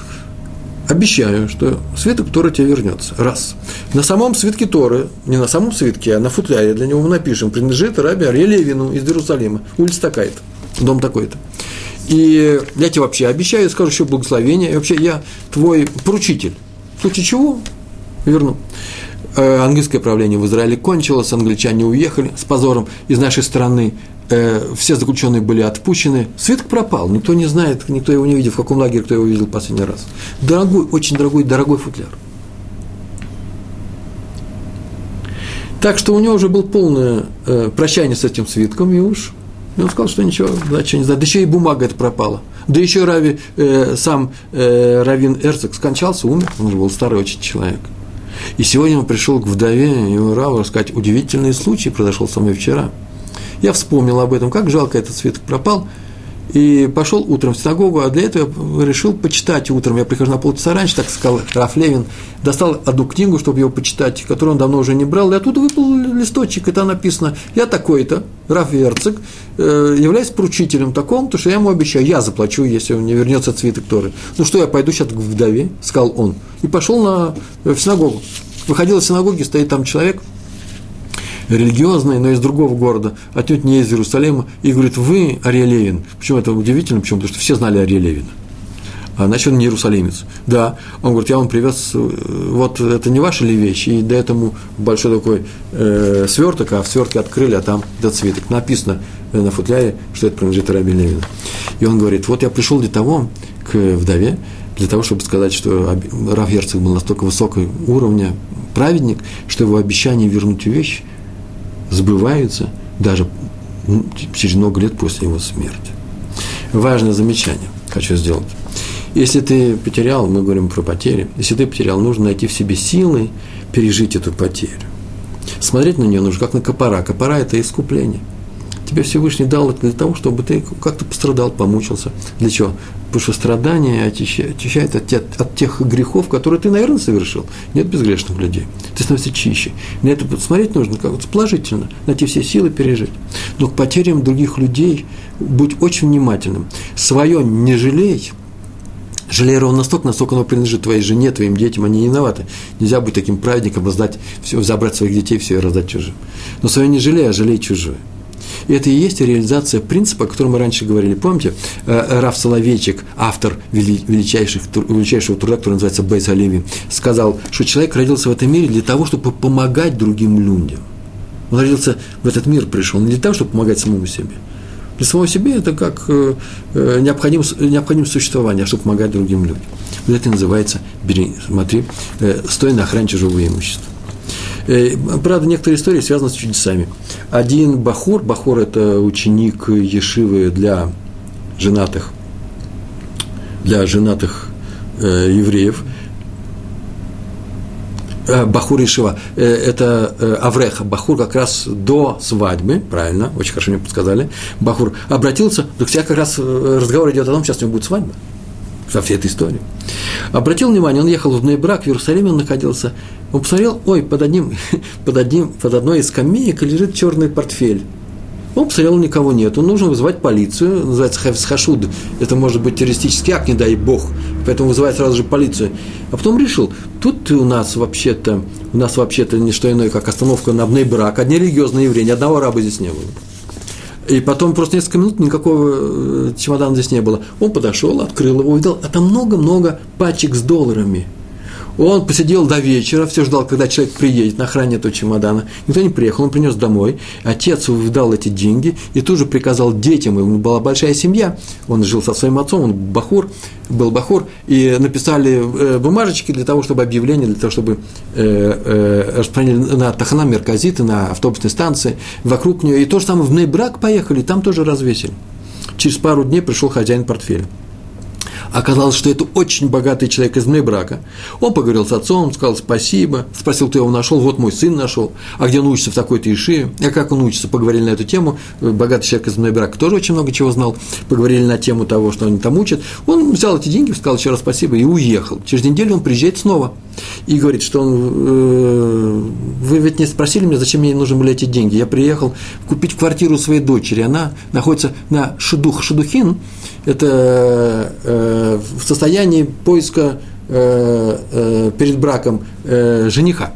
обещаю, что свиток Торы тебе вернется. Раз. На самом свитке Торы, не на самом свитке, а на футляре для него мы напишем, принадлежит раби Арье Левину из Иерусалима, улица такая-то, дом такой-то. И я тебе вообще обещаю, скажу еще благословение, и вообще я твой поручитель. В случае чего верну. Английское правление в Израиле кончилось, англичане уехали с позором из нашей страны, все заключенные были отпущены, свиток пропал, никто не знает, никто его не видел, в каком лагере, кто его видел последний раз. Дорогой, очень дорогой, дорогой футляр. Так что у него уже было полное прощание с этим свитком, и уж и он сказал, что ничего, да, ничего не знает. Да еще и бумага эта пропала. Да еще Рави, э, сам э, раввин Герцог скончался, умер, он же был старый очень человек. И сегодня он пришел к вдове его Раву рассказать, удивительный случай произошел со мной вчера. Я вспомнил об этом, как жалко этот свиток пропал, и пошел утром в синагогу, а для этого я решил почитать утром. Я прихожу на полчаса раньше, так сказал Рав Левин, достал одну книгу, чтобы ее почитать, которую он давно уже не брал, и оттуда выпал листочек, и там написано, я такой-то, Рав Герцог, э, являюсь поручителем таком, то что я ему обещаю, я заплачу, если он не вернется свиток Торы. Ну что, я пойду сейчас к вдове, сказал он, и пошел на, в синагогу. Выходил из синагоги, стоит там человек, религиозный, но из другого города, отнюдь не из Иерусалима, и говорит, вы Арье Левин. Почему это удивительно? Почему? Потому что все знали Арье Левина. А значит, он не иерусалимец. Да, он говорит, я вам привез, вот это не ваши ли вещи, и до этому большой такой э, сверток, а в свертке открыли, а там этот свиток. Написано на футляре, что это принадлежит Раби Левину. И он говорит, вот я пришел для того, к вдове, для того, чтобы сказать, что Рав Герцог был настолько высокого уровня праведник, что его обещание вернуть вещь сбываются даже через много лет после его смерти. Важное замечание хочу сделать. Если ты потерял, мы говорим про потери, если ты потерял, нужно найти в себе силы пережить эту потерю. Смотреть на нее нужно как на капара. Капара – это искупление. Тебе Всевышний дал это для того, чтобы ты как-то пострадал, помучился. Для чего? Потому что страдание очищает от тех, от тех грехов, которые ты, наверное, совершил. Нет безгрешных людей. Ты становишься чище. На это смотреть нужно как-то положительно, найти все силы пережить. Но к потерям других людей будь очень внимательным. Свое не жалей. Жалей ровно настолько, насколько оно принадлежит твоей жене, твоим детям, они не виноваты. Нельзя быть таким праведником, раздать все, забрать своих детей, все и раздать чужим. Но свое не жалей, а жалей чужое. И это и есть реализация принципа, о котором мы раньше говорили. Помните, Рав Соловейчик, автор величайшего труда, который называется Бейс Оливи, сказал, что человек родился в этом мире для того, чтобы помогать другим людям. Он родился в этот мир, пришел не для того, чтобы помогать самому себе. Для самого себе это как необходимость, необходимость существования, а чтобы помогать другим людям. Вот это и называется, бери, смотри, стой на охране чужого имущества. Правда, некоторые истории связаны с чудесами. Один бахур, бахур – это ученик ешивы для женатых, для женатых э, евреев. Э, бахур ешива – это э, авреха. Бахур как раз до свадьбы, правильно, очень хорошо мне подсказали. Бахур обратился, так сейчас как раз разговор идет о том, сейчас у него будет свадьба. Со всей этой историей. Обратил внимание, он ехал в Бней-Брак, в Иерусалиме он находился. Он посмотрел, ой, под, одним, под, одним, под одной из скамеек лежит черный портфель. Он посмотрел, никого нет. Нужно вызывать полицию, называется хашуд. Это может быть террористический акт, не дай бог. Поэтому вызывает сразу же полицию. А потом решил, тут у нас вообще-то, у нас вообще-то не что иное, как остановка на Бней-Брак. Одни религиозные евреи, ни одного араба здесь не было. И потом просто несколько минут никакого чемодана здесь не было. Он подошел, открыл его, увидел, а там много-много пачек с долларами. Он посидел до вечера, все ждал, когда человек приедет на охране этого чемодана. Никто не приехал, он принес домой. Отец увидал эти деньги и тут же приказал детям, ему была большая семья, он жил со своим отцом, он бахур, был бахур, и написали бумажечки для того, чтобы объявление, для того, чтобы э, э, распространили на Тахана Мерказиты, на автобусной станции, вокруг нее. И то же самое в Бней-Брак поехали, там тоже развесили. Через пару дней пришел хозяин портфеля. Оказалось, что это очень богатый человек из Бней-Брака. Он поговорил с отцом, сказал спасибо, спросил, кто его нашел, вот мой сын нашел, а где он учится в такой-то ешиве, а как он учится, поговорили на эту тему, богатый человек из Бней-Брака тоже очень много чего знал, поговорили на тему того, что они там учат, он взял эти деньги, сказал еще раз спасибо и уехал. Через неделю он приезжает снова и говорит, что он, э, вы ведь не спросили меня, зачем мне нужны были эти деньги, я приехал купить квартиру своей дочери, она находится на Шедух, Шедухин, это э, в состоянии поиска э, э, перед браком э, жениха.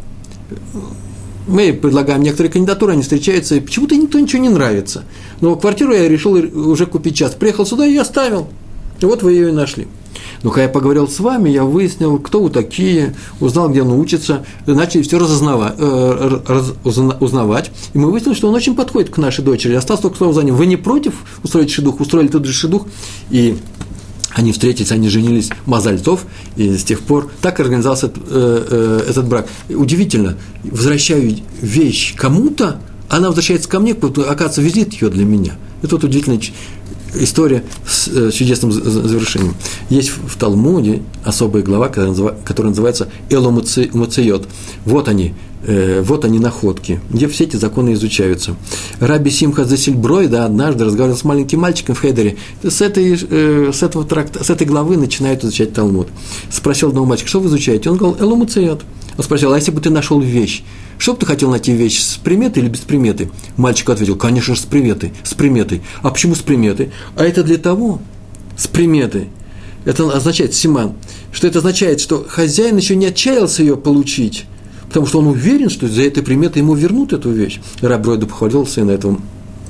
Мы предлагаем некоторые кандидатуры, они встречаются, и почему-то никто ничего не нравится. Но квартиру я решил уже купить часто. Приехал сюда и оставил. И вот вы ее и нашли. Но когда я поговорил с вами, я выяснил, кто вы такие, узнал, где он учится, начали все разузнавать, э, раз, узнавать, и мы выяснили, что он очень подходит к нашей дочери. Осталось только слово за ним. Вы не против устроить шидух? Устроили тот же шидух, и они встретились, они женились, мазаль тов, и с тех пор так организовался э, э, этот брак. Удивительно, возвращаю вещь кому-то, она возвращается ко мне, оказывается, визит ее для меня. Это вот удивительная история с чудесным завершением. Есть в Талмуде особая глава, которая называется Эломуциот. Вот они, вот они находки, где все эти законы изучаются. Раби Симха Зесильброй, да, однажды разговаривал с маленьким мальчиком в Хедере. С этой, с, этого тракта, с этой главы начинают изучать Талмуд. Спросил одного мальчика, что вы изучаете? Он говорил, Эломуциот. Он спросил, а если бы ты нашел вещь, что бы ты хотел найти вещь, с приметой или без приметы? Мальчик ответил, конечно же, с приметой, с приметой. А почему с приметой? А это для того, с приметой, это означает, симан, что это означает, что хозяин еще не отчаялся ее получить, потому что он уверен, что за этой приметой ему вернут эту вещь. Раб Бройда похвалил сына этого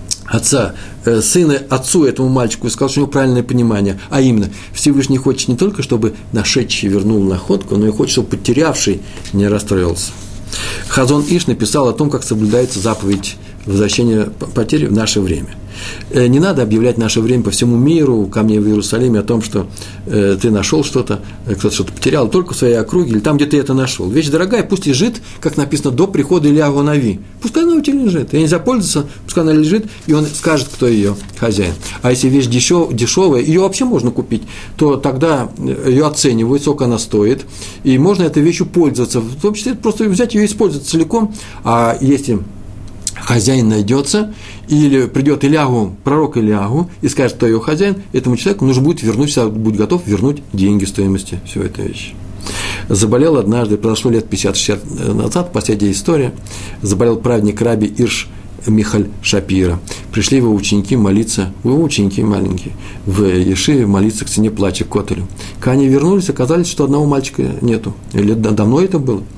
отца, э, сына отцу этому мальчику и сказал, что у него правильное понимание, а именно, Всевышний хочет не только, чтобы нашедший вернул находку, но и хочет, чтобы потерявший не расстроился. Хазон Иш написал о том, как соблюдается заповедь возвращения потери в наше время. Не надо объявлять наше время по всему миру, ко мне в Иерусалиме, о том, что э, ты нашел что-то, кто-то что-то потерял, только в своей округе, или там, где ты это нашел. Вещь дорогая, пусть лежит, как написано, до прихода Ильягу Нави. Пускай она у тебя лежит. Я нельзя пользоваться, пускай она лежит, и он скажет, кто ее хозяин. А если вещь дешев, дешевая, ее вообще можно купить, то тогда ее оценивают, сколько она стоит, и можно этой вещью пользоваться. В том числе просто взять ее и использовать целиком, а если хозяин найдется, или придет Ильягу, пророк Ильягу, и скажет, кто ее хозяин, этому человеку нужно будет вернуть, будет готов вернуть деньги стоимости всей этой вещи. Заболел однажды, произошло лет пятьдесят-шестьдесят назад, последняя история, заболел праведник Раби Ирш Михаль Шапира. Пришли его ученики молиться, его ученики маленькие, в ешиве молиться к цене плача, к Котелю. Когда они вернулись, оказалось, что одного мальчика нету. Или давно это было.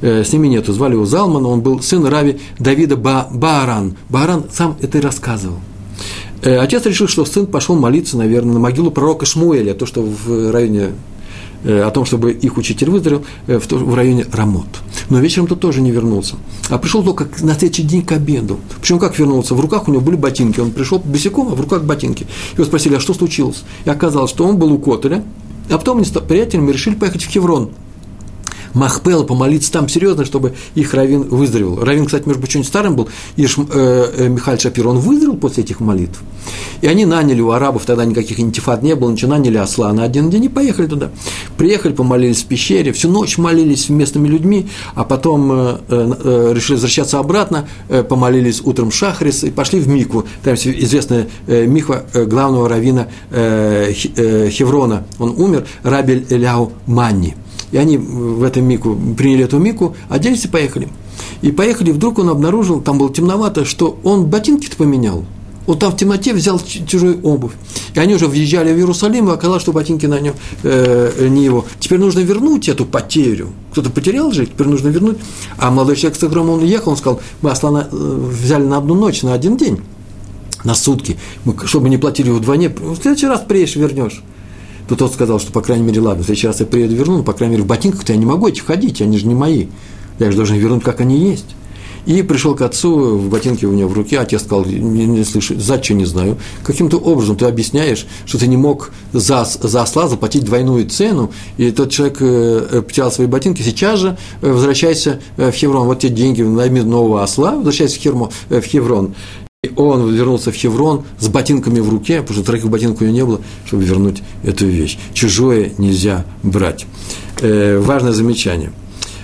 э, с ними нету. Звали его Залман, он был сын Рави Давида Ба, Бааран. Бааран сам это и рассказывал. Э, отец решил, что сын пошел молиться, наверное, на могилу пророка Шмуэля, то, что в районе, э, о том, чтобы их учитель выздоровел, э, в, в районе Рамот. Но вечером тот тоже не вернулся. А пришел только на следующий день к обеду. Причем как вернулся? В руках у него были ботинки. Он пришел босиком, а в руках ботинки. Его спросили, а что случилось? И оказалось, что он был у Котеля, а потом они с приятелями решили поехать в Хеврон. Махпела, помолиться там серьезно, чтобы их раввин выздоровел. Раввин, кстати, между прочим, очень старым был, и э, э, Михаил Шапир, он выздоровел после этих молитв. И они наняли у арабов, тогда никаких интифад не было, ничего, наняли осла на один день и поехали туда. Приехали, помолились в пещере, всю ночь молились с местными людьми, а потом э, э, решили возвращаться обратно, э, помолились утром шахрис и пошли в Микву. Там известная э, миква э, главного раввина э, э, Хеврона, он умер, Раби Эляу Манни. И они в этом мику, приняли эту мику, оделись и поехали. И поехали, и вдруг он обнаружил, там было темновато, что он ботинки-то поменял. Он там в темноте взял чужую обувь. И они уже въезжали в Иерусалим, и оказалось, что ботинки на нем э, не его. Теперь нужно вернуть эту потерю. Кто-то потерял же, теперь нужно вернуть. А молодой человек, с которым он ехал, он сказал, мы осла на, взяли на одну ночь, на один день, на сутки, мы, чтобы не платили вдвойне. В следующий раз приедешь, вернешь. То тот сказал, что, по крайней мере, ладно, в следующий раз я приеду, верну, но, по крайней мере, в ботинках-то я не могу этих ходить, они же не мои. Я же должен вернуть, как они есть. И пришел к отцу, в ботинке у него в руке, отец сказал, не, не слышу, зачем не знаю. Каким-то образом ты объясняешь, что ты не мог за, за осла заплатить двойную цену, и тот человек э, потерял свои ботинки, сейчас же э, возвращайся в Хеврон, вот те деньги, найми нового осла, возвращайся в, Хермо, э, в Хеврон. И он вернулся в Хеврон с ботинками в руке, потому что дорогих ботинок у него не было, чтобы вернуть эту вещь. Чужое нельзя брать. Э, важное замечание.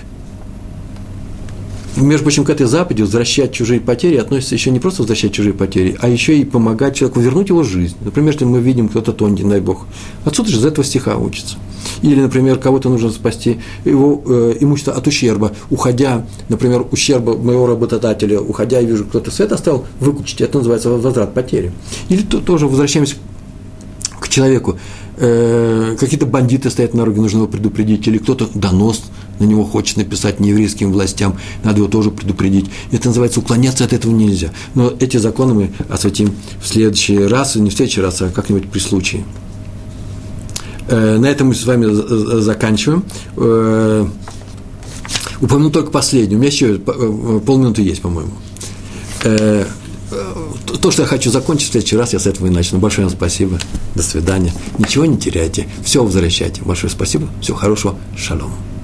Между прочим, к этой заповеди возвращать чужие потери относится еще не просто возвращать чужие потери, а еще и помогать человеку вернуть его жизнь. Например, если мы видим, кто-то тонет, не дай Бог. Отсюда же из этого стиха учится. Или, например, кого-то нужно спасти его э, имущество от ущерба. Уходя, например, ущерба моего работодателя, уходя, я вижу, кто-то свет оставил, выкупить. Это называется возврат потери. Или то, тоже возвращаемся к человеку. Э, какие-то бандиты стоят на дороге, нужно его предупредить. Или кто-то донос на него хочет написать нееврейским властям, надо его тоже предупредить. Это называется уклоняться от этого нельзя. Но эти законы мы осветим в следующий раз, не в следующий раз, а как-нибудь при случае. На этом мы с вами заканчиваем. Упомяну только последнюю. У меня еще полминуты есть, по-моему. То, что я хочу закончить в следующий раз, я с этого и начну. Большое вам спасибо. До свидания. Ничего не теряйте. Все возвращайте. Большое спасибо. Всего хорошего. Шалом.